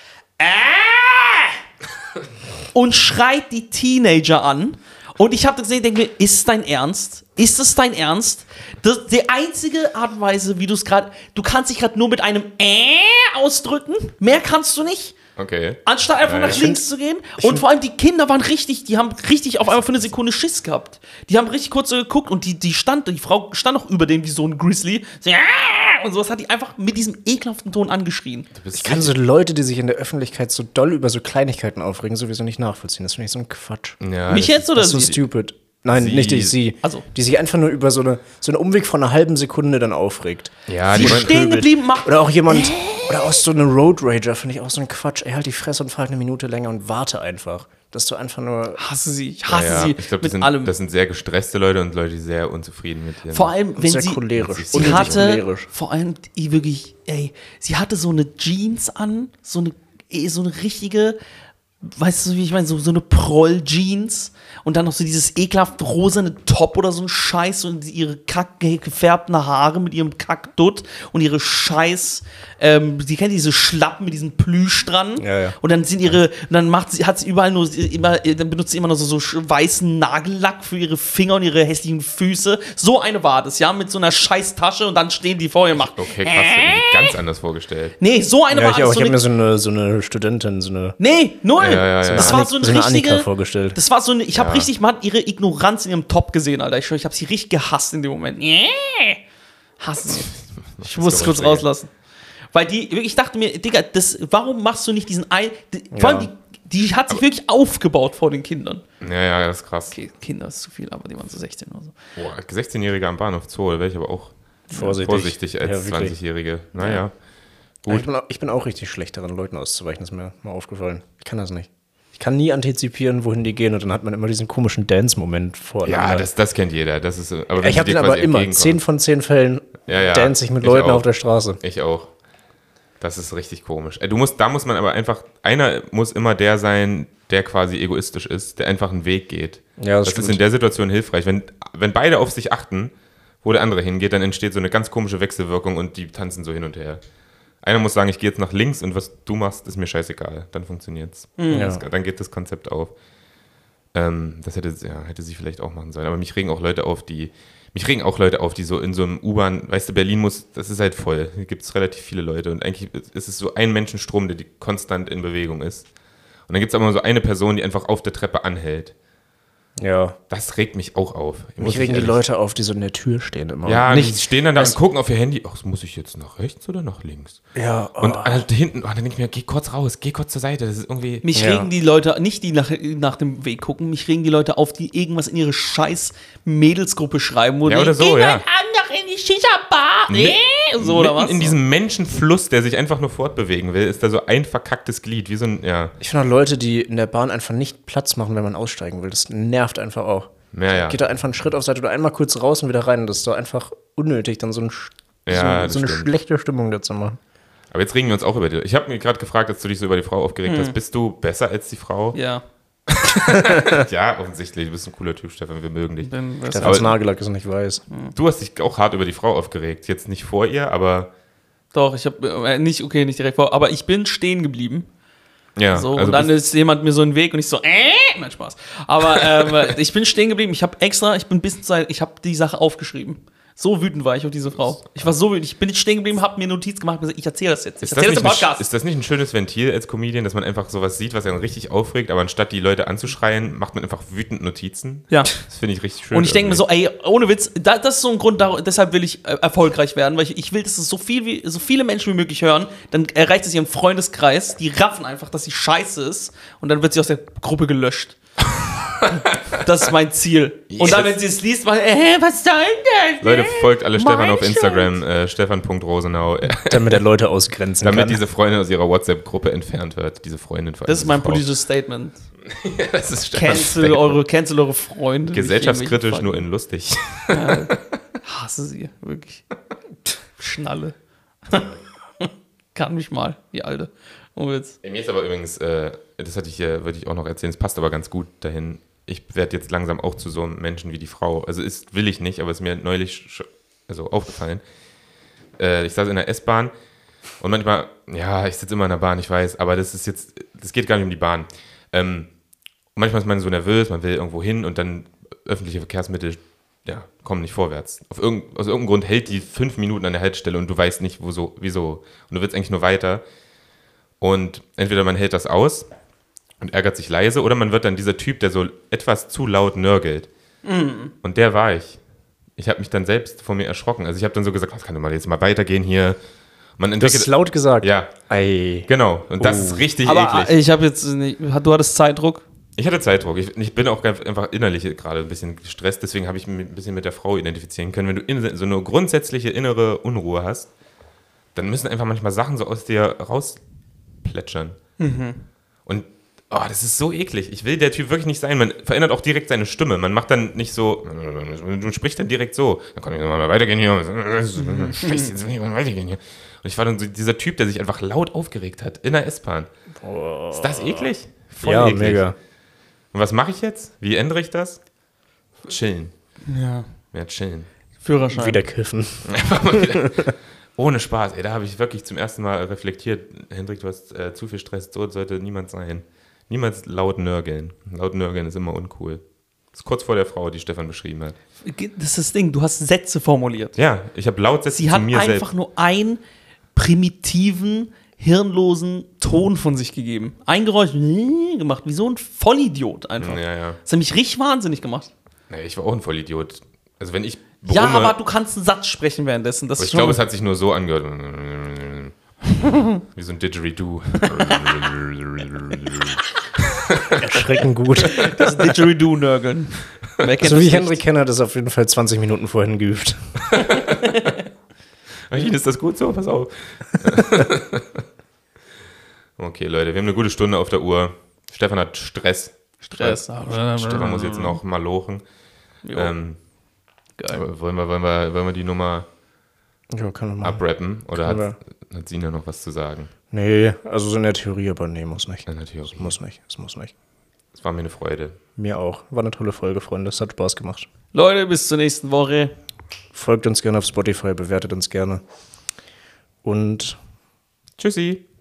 äh, und schreit die Teenager an. Und ich habe gesehen, denke mir, ist es dein Ernst? Ist es dein Ernst? Das, die einzige Art und Weise, wie du es gerade, du kannst dich gerade nur mit einem äh ausdrücken. Mehr kannst du nicht.
Okay.
Anstatt einfach
Ja,
nach
ich
links zu gehen. Und vor allem die Kinder waren richtig, die haben richtig auf einmal für eine Sekunde Schiss gehabt. Die haben richtig kurz so geguckt und die, die stand, die Frau stand noch über dem wie so ein Grizzly. So, ja, und sowas hat die einfach mit diesem ekelhaften Ton angeschrien.
Ich kann so Leute, die sich in der Öffentlichkeit so doll über so Kleinigkeiten aufregen, sowieso nicht nachvollziehen. Das finde ich so ein Quatsch.
Ja,
Mich
das
jetzt oder
Das ist so
sie?
stupid. Nein,
Sie-
nicht ich, sie.
Also.
Die sich einfach nur über so, eine, so einen Umweg von einer halben Sekunde dann aufregt.
Ja,
Sie
die
stehen
wollen,
geblieben, macht.
Oder auch jemand, oder auch so eine Road Rager, finde ich auch so ein Quatsch. Ey, halt die Fresse und fahr halt eine Minute länger und warte einfach. Dass du einfach nur.
Hasse sie, ich hasse
ja,
sie
ich glaube,
mit
das, sind-
allem.
das sind sehr gestresste Leute und Leute, die sehr unzufrieden mit ihren.
Vor allem, wenn
sehr
sie,
cholerisch.
sie
Unnötig
hatte,
cholerisch.
vor allem, die wirklich, ey, sie hatte so eine Jeans an, so eine, eh, so eine richtige, weißt du, wie ich meine, so, so eine Proll-Jeans und dann noch so dieses ekelhaft rosane Top oder so ein Scheiß und ihre kack gefärbten Haare mit ihrem Kackdutt und ihre Scheiß, ähm, sie kennt diese Schlappen mit diesem Plüsch dran
Ja, ja.
und dann sind ihre, und dann macht sie, hat sie überall nur, immer, dann benutzt sie immer noch so, so sch- weißen Nagellack für ihre Finger und ihre hässlichen Füße. So eine war das, ja, mit so einer scheiß Tasche und dann stehen die vor ihr und macht.
Okay, krass, ich hab mir die ganz anders vorgestellt.
Nee, so eine
Ja,
war
ich
das.
auch.
So
Ich habe mir
eine,
so eine, so eine Studentin, so eine.
nee, null.
Ja, ja, ja.
Das
So
war so eine
so eine
richtige.
Annika vorgestellt.
Das war so eine, ich habe
Ja.
richtig, man hat ihre Ignoranz in ihrem Top gesehen, Alter. Ich schwör, ich habe sie richtig gehasst in dem Moment. Hasse sie. Ich muss es
doch
kurz
Digga.
rauslassen. Weil die, ich dachte mir, Digga, das, warum machst du nicht diesen ein. Die, vor allem,
Ja.
die, die hat sich wirklich aufgebaut vor den Kindern.
Ja, ja, das ist krass.
Okay, Kinder ist zu viel, aber die waren so sechzehn oder so.
Boah, sechzehnjährige am Bahnhof Zoo, da wäre ich aber auch
Vorsichtig.
vorsichtig als
Ja, wirklich.
zwanzigjährige. Naja.
Aber Ich bin, auch, ich bin auch richtig schlecht daran, Leuten auszuweichen, ist mir mal aufgefallen. Ich kann das nicht. Ich kann nie antizipieren, wohin die gehen und dann hat man immer diesen komischen Dance-Moment vor.
Ja, das, das kennt jeder. Das ist, aber wenn
ich habe
sie
den
dir
aber
quasi
immer.
entgegenkommen-
Zehn von zehn Fällen
Ja, ja,
dance ich mit
ich
Leuten
auch.
auf der Straße.
Ich auch. Das ist richtig komisch. Äh, Du musst, da muss man aber einfach, einer muss immer der sein, der quasi egoistisch ist, der einfach einen Weg geht.
Ja, das
das ist
stimmt.
in der Situation hilfreich. Wenn, wenn beide auf sich achten, wo der andere hingeht, dann entsteht so eine ganz komische Wechselwirkung und die tanzen so hin und her. Einer muss sagen, ich gehe jetzt nach links und was du machst, ist mir scheißegal. Dann funktioniert's. Das, dann geht das Konzept auf. Ähm, das hätte, ja, hätte sie vielleicht auch machen sollen. Aber mich regen auch Leute auf, die Mich regen auch Leute auf, die so in so einem U-Bahn, weißt du, Berlin muss, das ist halt voll. Hier gibt es relativ viele Leute und eigentlich ist es so ein Menschenstrom, der die konstant in Bewegung ist. Und dann gibt es aber so eine Person, die einfach auf der Treppe anhält.
Ja.
Das regt mich auch auf. Muss
Mich
ich
regen die
ehrlich-
Leute auf, die so in der Tür stehen immer.
Ja,
nicht.
die stehen dann da und
weißt-
gucken auf ihr Handy. Ach, muss ich jetzt nach rechts oder nach links?
Ja,
Und
oh.
äh, da hinten, oh, dann denke ich mir, geh kurz raus, geh kurz zur Seite. Das ist irgendwie.
Mich
Ja.
regen die Leute, nicht die nach, nach dem Weg gucken, mich regen die Leute auf, die irgendwas in ihre scheiß Mädelsgruppe schreiben. Wo
Ja,
die,
oder so,
"Geh
ja.
mal Abend in die Shisha-Bar.
Mi-
Äh? So, oder
Mitten
was?
in diesem Menschenfluss, der sich einfach nur fortbewegen will, ist da so ein verkacktes Glied, wie so ein, ja.
Ich finde auch Leute, die in der Bahn einfach nicht Platz machen, wenn man aussteigen will. Das nervt einfach auch.
Ja, ja.
Geht da einfach einen Schritt auf Seite oder einmal kurz raus und wieder rein. Das ist doch einfach unnötig, dann so, ein, Sch-
Ja,
so,
das
so eine
stimmt.
schlechte Stimmung dazu machen.
Aber jetzt regen wir uns auch über die. Ich habe mir gerade gefragt, als du dich so über die Frau aufgeregt hast, bist du besser als die Frau?
Ja,
Ja, offensichtlich. Du bist ein cooler Typ, Stefan. Wir mögen dich.
dann
Der
weißt
Aber-
Fans Nagellack ist nicht weiß.
Du hast dich auch hart über die Frau aufgeregt. Jetzt nicht vor ihr, aber
Doch, ich habe äh, nicht, okay, nicht direkt vor, aber ich bin stehen geblieben.
ja.
So,
also
und dann
bist-
ist jemand mir so einen Weg und ich so, äh, nein, Spaß. Aber ähm, ich bin stehen geblieben, ich habe extra, ich bin bis zur Zeit, ich habe die Sache aufgeschrieben. So wütend war ich auf diese Frau. Ich war so wütend. Ich bin nicht stehen geblieben, hab mir Notiz gemacht und gesagt, ich erzähle das jetzt. Ich
Ist das,
erzähle das
nicht
im Podcast.
ein, ist das nicht ein schönes Ventil als Comedian, dass man einfach sowas sieht, was einen richtig aufregt, aber anstatt die Leute anzuschreien, macht man einfach wütend Notizen?
Ja.
Das finde ich richtig schön.
Und ich denke mir
irgendwie.
so, ey, ohne Witz, da, das ist so ein Grund, da, deshalb will ich äh, erfolgreich werden, weil ich, ich will, dass es so, viel wie, so viele Menschen wie möglich hören, dann erreicht es ihren Freundeskreis, die raffen einfach, dass sie scheiße ist und dann wird sie aus der Gruppe gelöscht. Das ist mein Ziel.
Yes.
Und dann, wenn sie es liest, mal, äh, was soll denn das?
Leute, folgt alle Stefan
Mein
auf Instagram, äh, stefan punkt rosenau, äh,
Damit er Leute ausgrenzen
damit
kann.
diese Freundin aus ihrer WhatsApp-Gruppe entfernt wird. Diese Freundin vor allem.
Das ist mein
diese Frau.
politisches Statement.
Das ist Stefans
Cancel
Statement.
eure, cancel eure Freunde.
Gesellschaftskritisch,
nicht
nur in lustig.
Hasse sie, wirklich. Schnalle. Kann mich mal, die Alte. Oh, jetzt.
Mir ist aber übrigens, äh, das hatte ich hier, würde ich auch noch erzählen, es passt aber ganz gut dahin. Ich werde jetzt langsam auch zu so einem Menschen wie die Frau. Also ist, will ich nicht, aber es ist mir neulich sch- also aufgefallen. Äh, ich saß in der S-Bahn und manchmal, ja, ich sitze immer in der Bahn, ich weiß, aber das ist jetzt, das geht gar nicht um die Bahn. Ähm, manchmal ist man so nervös, man will irgendwo hin und dann öffentliche Verkehrsmittel, ja, kommen nicht vorwärts. Auf irgend, aus irgendeinem Grund hält die fünf Minuten an der Haltestelle und du weißt nicht, wo so, wieso. Und du willst eigentlich nur weiter. Und entweder man hält das aus und ärgert sich leise oder man wird dann dieser Typ, der so etwas zu laut nörgelt. Mm. Und der war ich. Ich habe mich dann selbst vor mir erschrocken. Also ich habe dann so gesagt, das kann doch mal jetzt mal weitergehen hier. Man
Das
entwickelt,
ist laut gesagt.
Ja,
Ei.
genau. Und das
Oh.
ist richtig
Aber
eklig.
ich habe jetzt nicht, du hattest Zeitdruck.
Ich hatte Zeitdruck. Ich, ich bin auch ganz einfach innerlich gerade ein bisschen gestresst. Deswegen habe ich mich ein bisschen mit der Frau identifizieren können. Wenn du in, so eine grundsätzliche innere Unruhe hast, dann müssen einfach manchmal Sachen so aus dir rausplätschern. Mhm. Und oh, das ist so eklig. Ich will der Typ wirklich nicht sein. Man verändert auch direkt seine Stimme. Man macht dann nicht so, du sprichst dann direkt so. Dann kann ich mal weitergehen hier. Scheiße, jetzt will ich mal weitergehen hier. Und ich war dann so dieser Typ, der sich einfach laut aufgeregt hat in der S-Bahn. Ist das eklig? Voll
Ja,
eklig.
mega.
Und was mache ich jetzt? Wie ändere ich das? Chillen.
Ja.
Ja, chillen.
Führerschein.
Wieder kiffen.
Ohne Spaß, ey, da habe ich wirklich zum ersten Mal reflektiert. Hendrik, du hast äh, zu viel Stress, so sollte niemand sein. Niemals laut nörgeln. Laut nörgeln ist immer uncool. Das ist kurz vor der Frau, die Stefan beschrieben hat.
Das ist das Ding, du hast Sätze formuliert.
Ja, ich habe Lautsätze
Sie
zu
hat
mir
einfach
selbst.
nur einen primitiven, hirnlosen Ton von sich gegeben. Ein Geräusch gemacht, wie so ein Vollidiot einfach.
Ja, ja.
Das hat mich richtig wahnsinnig gemacht.
Nee, ich war auch ein Vollidiot. Also wenn ich brumme,
Ja, aber du kannst einen Satz sprechen währenddessen. Das
aber
ist
ich
schon
glaube, es hat sich nur so angehört. Wie so ein Didgeridoo.
Erschreckend gut.
das Didgeridoo-Nörgeln. Wer kennt
So
das
wie
nicht?
Henry Kenner hat das auf jeden Fall zwanzig Minuten vorhin geübt.
Ihnen ist das gut so? Pass auf. Okay, Leute, wir haben eine gute Stunde auf der Uhr. Stefan hat Stress.
Stress.
Stefan muss jetzt noch mal lochen.
Jo,
Ähm,
geil.
aber wollen, wir, wollen, wir, wollen wir die Nummer
Ja, kann man machen.
abrappen? Oder
Können
hat, hat Sina noch was zu sagen?
Nee, also so in der Theorie, aber nee, muss nicht.
Ja, natürlich.
Es muss nicht, es muss nicht.
Es war mir eine Freude.
Mir auch. War eine tolle Folge, Freunde. Es hat Spaß gemacht.
Leute, bis zur nächsten Woche.
Folgt uns gerne auf Spotify, bewertet uns gerne. Und
Tschüssi.